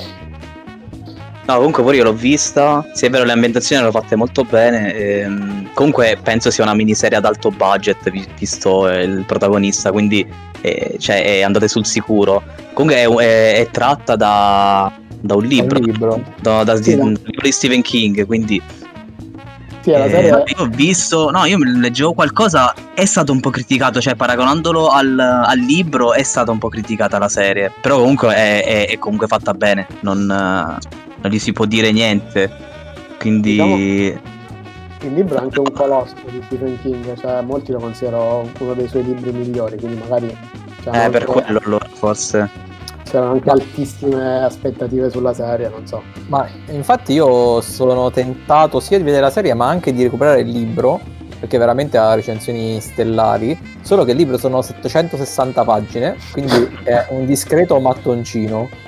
No, comunque pure io l'ho vista, sì è vero, le ambientazioni l'hanno fatte molto bene, comunque penso sia una miniserie ad alto budget, visto il protagonista, quindi cioè, andate sul sicuro. Comunque è tratta da un libro, da libro di Stephen King, quindi sì, la serie io ho visto, io leggevo qualcosa, è stato un po' criticato, cioè paragonandolo al libro è stata un po' criticata la serie, però comunque è comunque fatta bene, non gli si può dire niente, quindi diciamo, il libro è anche un colosso di Stephen King, cioè molti lo considerano uno dei suoi libri migliori, quindi magari per quello allora forse c'erano anche altissime aspettative sulla serie, non so. Ma infatti io sono tentato sia di vedere la serie ma anche di recuperare il libro, perché veramente ha recensioni stellari, solo che il libro sono 760 pagine, quindi è un discreto mattoncino.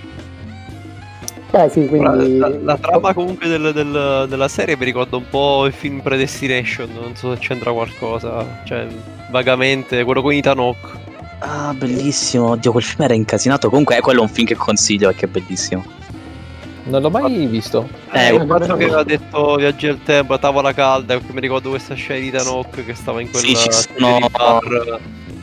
Beh sì, quindi la trama comunque della serie mi ricorda un po' il film Predestination, non so se c'entra qualcosa, cioè vagamente quello con Ethan Hawke. Ah, bellissimo, oddio, quel film era incasinato. Comunque quello è un film che consiglio perché è bellissimo. Non l'ho mai visto. Quello che aveva detto Viaggi al tempo, la tavola calda, perché mi ricordo questa scena di Ethan Hawke che stava in quella bar.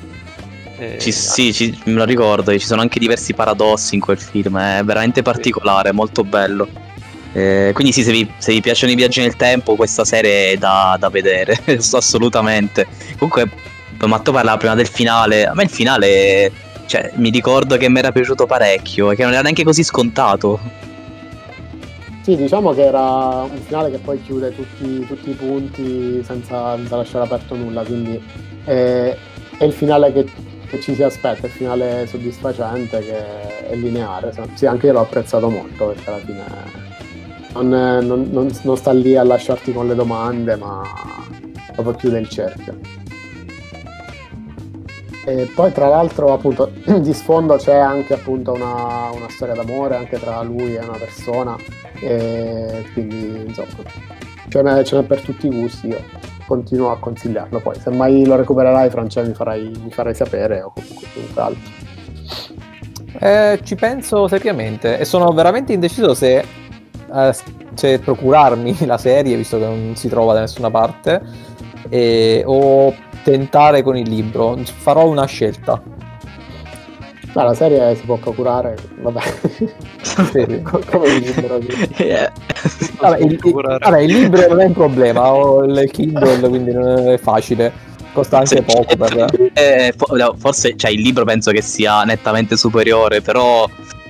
Sì, me lo ricordo, ci sono anche diversi paradossi in quel film, è veramente particolare, molto bello. Quindi sì, se vi piacciono i viaggi nel tempo, questa serie è da vedere, assolutamente. Comunque, Matto parlava prima del finale, a me il finale, cioè, mi ricordo che mi era piaciuto parecchio, e che non era neanche così scontato. Sì, diciamo che era un finale che poi chiude tutti i punti senza lasciare aperto nulla, quindi è il finale che che ci si aspetta, il finale soddisfacente che è lineare. Sì, anche io l'ho apprezzato molto, perché alla fine non sta lì a lasciarti con le domande, ma proprio chiude il cerchio. E poi tra l'altro appunto di sfondo c'è anche appunto una storia d'amore anche tra lui e una persona, e quindi insomma ce n'è per tutti i gusti. Io continuo a consigliarlo, poi se mai lo recupererai, Francesco, mi farai sapere, o comunque chiunque altro. Ci penso seriamente e sono veramente indeciso se procurarmi la serie, visto che non si trova da nessuna parte, o tentare con il libro. Farò una scelta. No, la serie si può procurare, vabbè. Come il libro. Vabbè, il libro non è un problema, ho il Kindle, quindi non è facile. Costa anche poco forse, cioè, il libro penso che sia nettamente superiore, però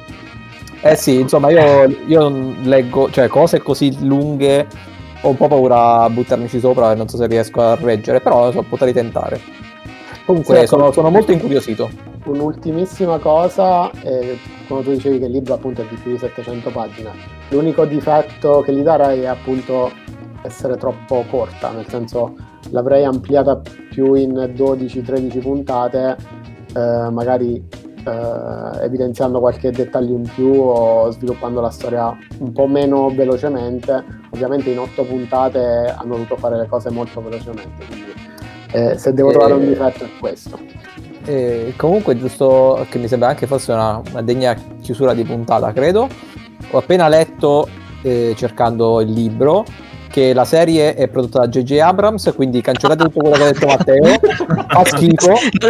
sì, insomma, io non leggo, cioè, cose così lunghe, ho un po' paura a buttarmici sopra e non so se riesco a reggere, però potrei tentare. Comunque sì, sono molto incuriosito. Un'ultimissima cosa, come tu dicevi che il libro appunto è di più di 700 pagine, l'unico difetto che gli darei è appunto essere troppo corta, nel senso l'avrei ampliata più in 12-13 puntate, magari evidenziando qualche dettaglio in più o sviluppando la storia un po' meno velocemente. Ovviamente in 8 puntate hanno dovuto fare le cose molto velocemente, quindi se devo trovare un difetto è questo. Comunque, giusto, che mi sembra anche fosse una degna chiusura di puntata, credo. Ho appena letto, cercando il libro, che la serie è prodotta da J.J. Abrams, quindi cancellate tutto quello che ha detto Matteo. Fa schifo.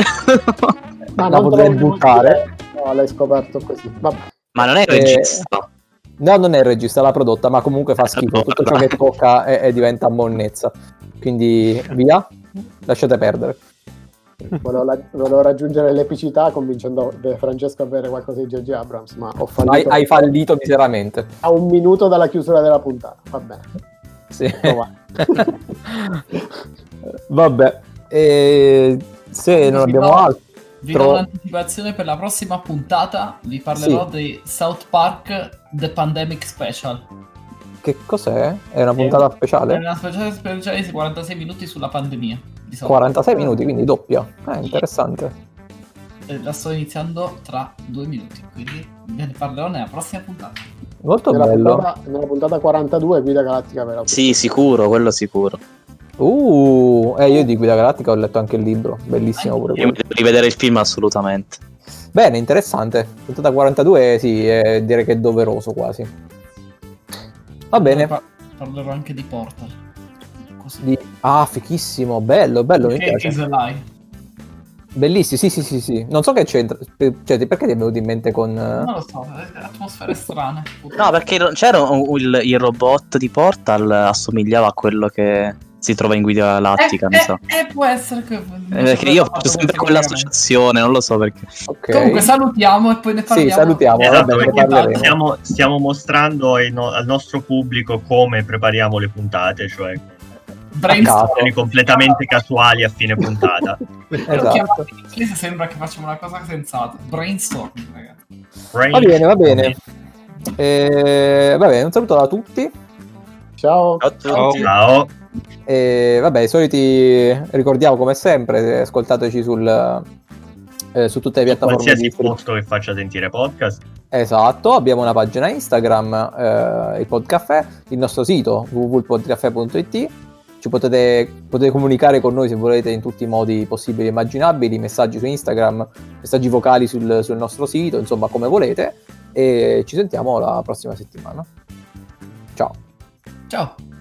Ma la potrei buttare. No, l'hai scoperto così. Vabbè. Ma non è il regista? No, non è il regista, l'ha prodotta, ma comunque fa schifo. Tutto ciò che tocca diventa monnezza. Quindi via, lasciate perdere. Volevo raggiungere l'epicità convincendo Francesco a bere qualcosa di J.J. Abrams, ma ho fallito. Hai fallito miseramente. A 1 minuto dalla chiusura della puntata, va bene. Sì. Vabbè, se non abbiamo altro, vi do un'anticipazione per la prossima puntata. Vi parlerò di South Park The Pandemic Special. Che cos'è? È una puntata speciale? È una speciale di 46 minuti sulla pandemia. 46 minuti, quindi doppia. Interessante. La sto iniziando tra 2 minuti, quindi ve ne parlerò nella prossima puntata. Molto bello. Nella puntata 42 Guida Galattica vera. Sì, sicuro, quello sicuro. Io di Guida Galattica ho letto anche il libro, bellissimo pure. Io devo rivedere il film assolutamente. Bene, interessante. Puntata 42, sì, direi che è doveroso quasi. Va bene. Parlerò anche di Portal. Così. Fichissimo, bello, mi piace. Bellissimo, sì. Non so che c'entra, cioè, perché ti è venuto in mente con... Non lo so, atmosfere strane. No, perché c'era il robot di Portal, assomigliava a quello che si trova in Guida Galattica, mi sa. Può essere che... Perché io faccio sempre quell'associazione, non lo so perché. Okay. Comunque salutiamo e poi ne parliamo. Sì, salutiamo. Esatto, stiamo mostrando al nostro pubblico come prepariamo le puntate, cioè brainstorming completamente casuali a fine puntata. Esatto. In inglese sembra che facciamo una cosa sensata. Brainstorming, ragazzi. Va bene. Un saluto da tutti. Ciao. Ciao. I soliti ricordiamo come sempre, ascoltateci su tutte le piattaforme, qualsiasi posto che faccia sentire podcast. Esatto, abbiamo una pagina Instagram, il Podcaffè, il nostro sito www.podcaffè.it. Potete comunicare con noi se volete in tutti i modi possibili e immaginabili, messaggi su Instagram, messaggi vocali sul nostro sito, insomma come volete, e ci sentiamo la prossima settimana. Ciao.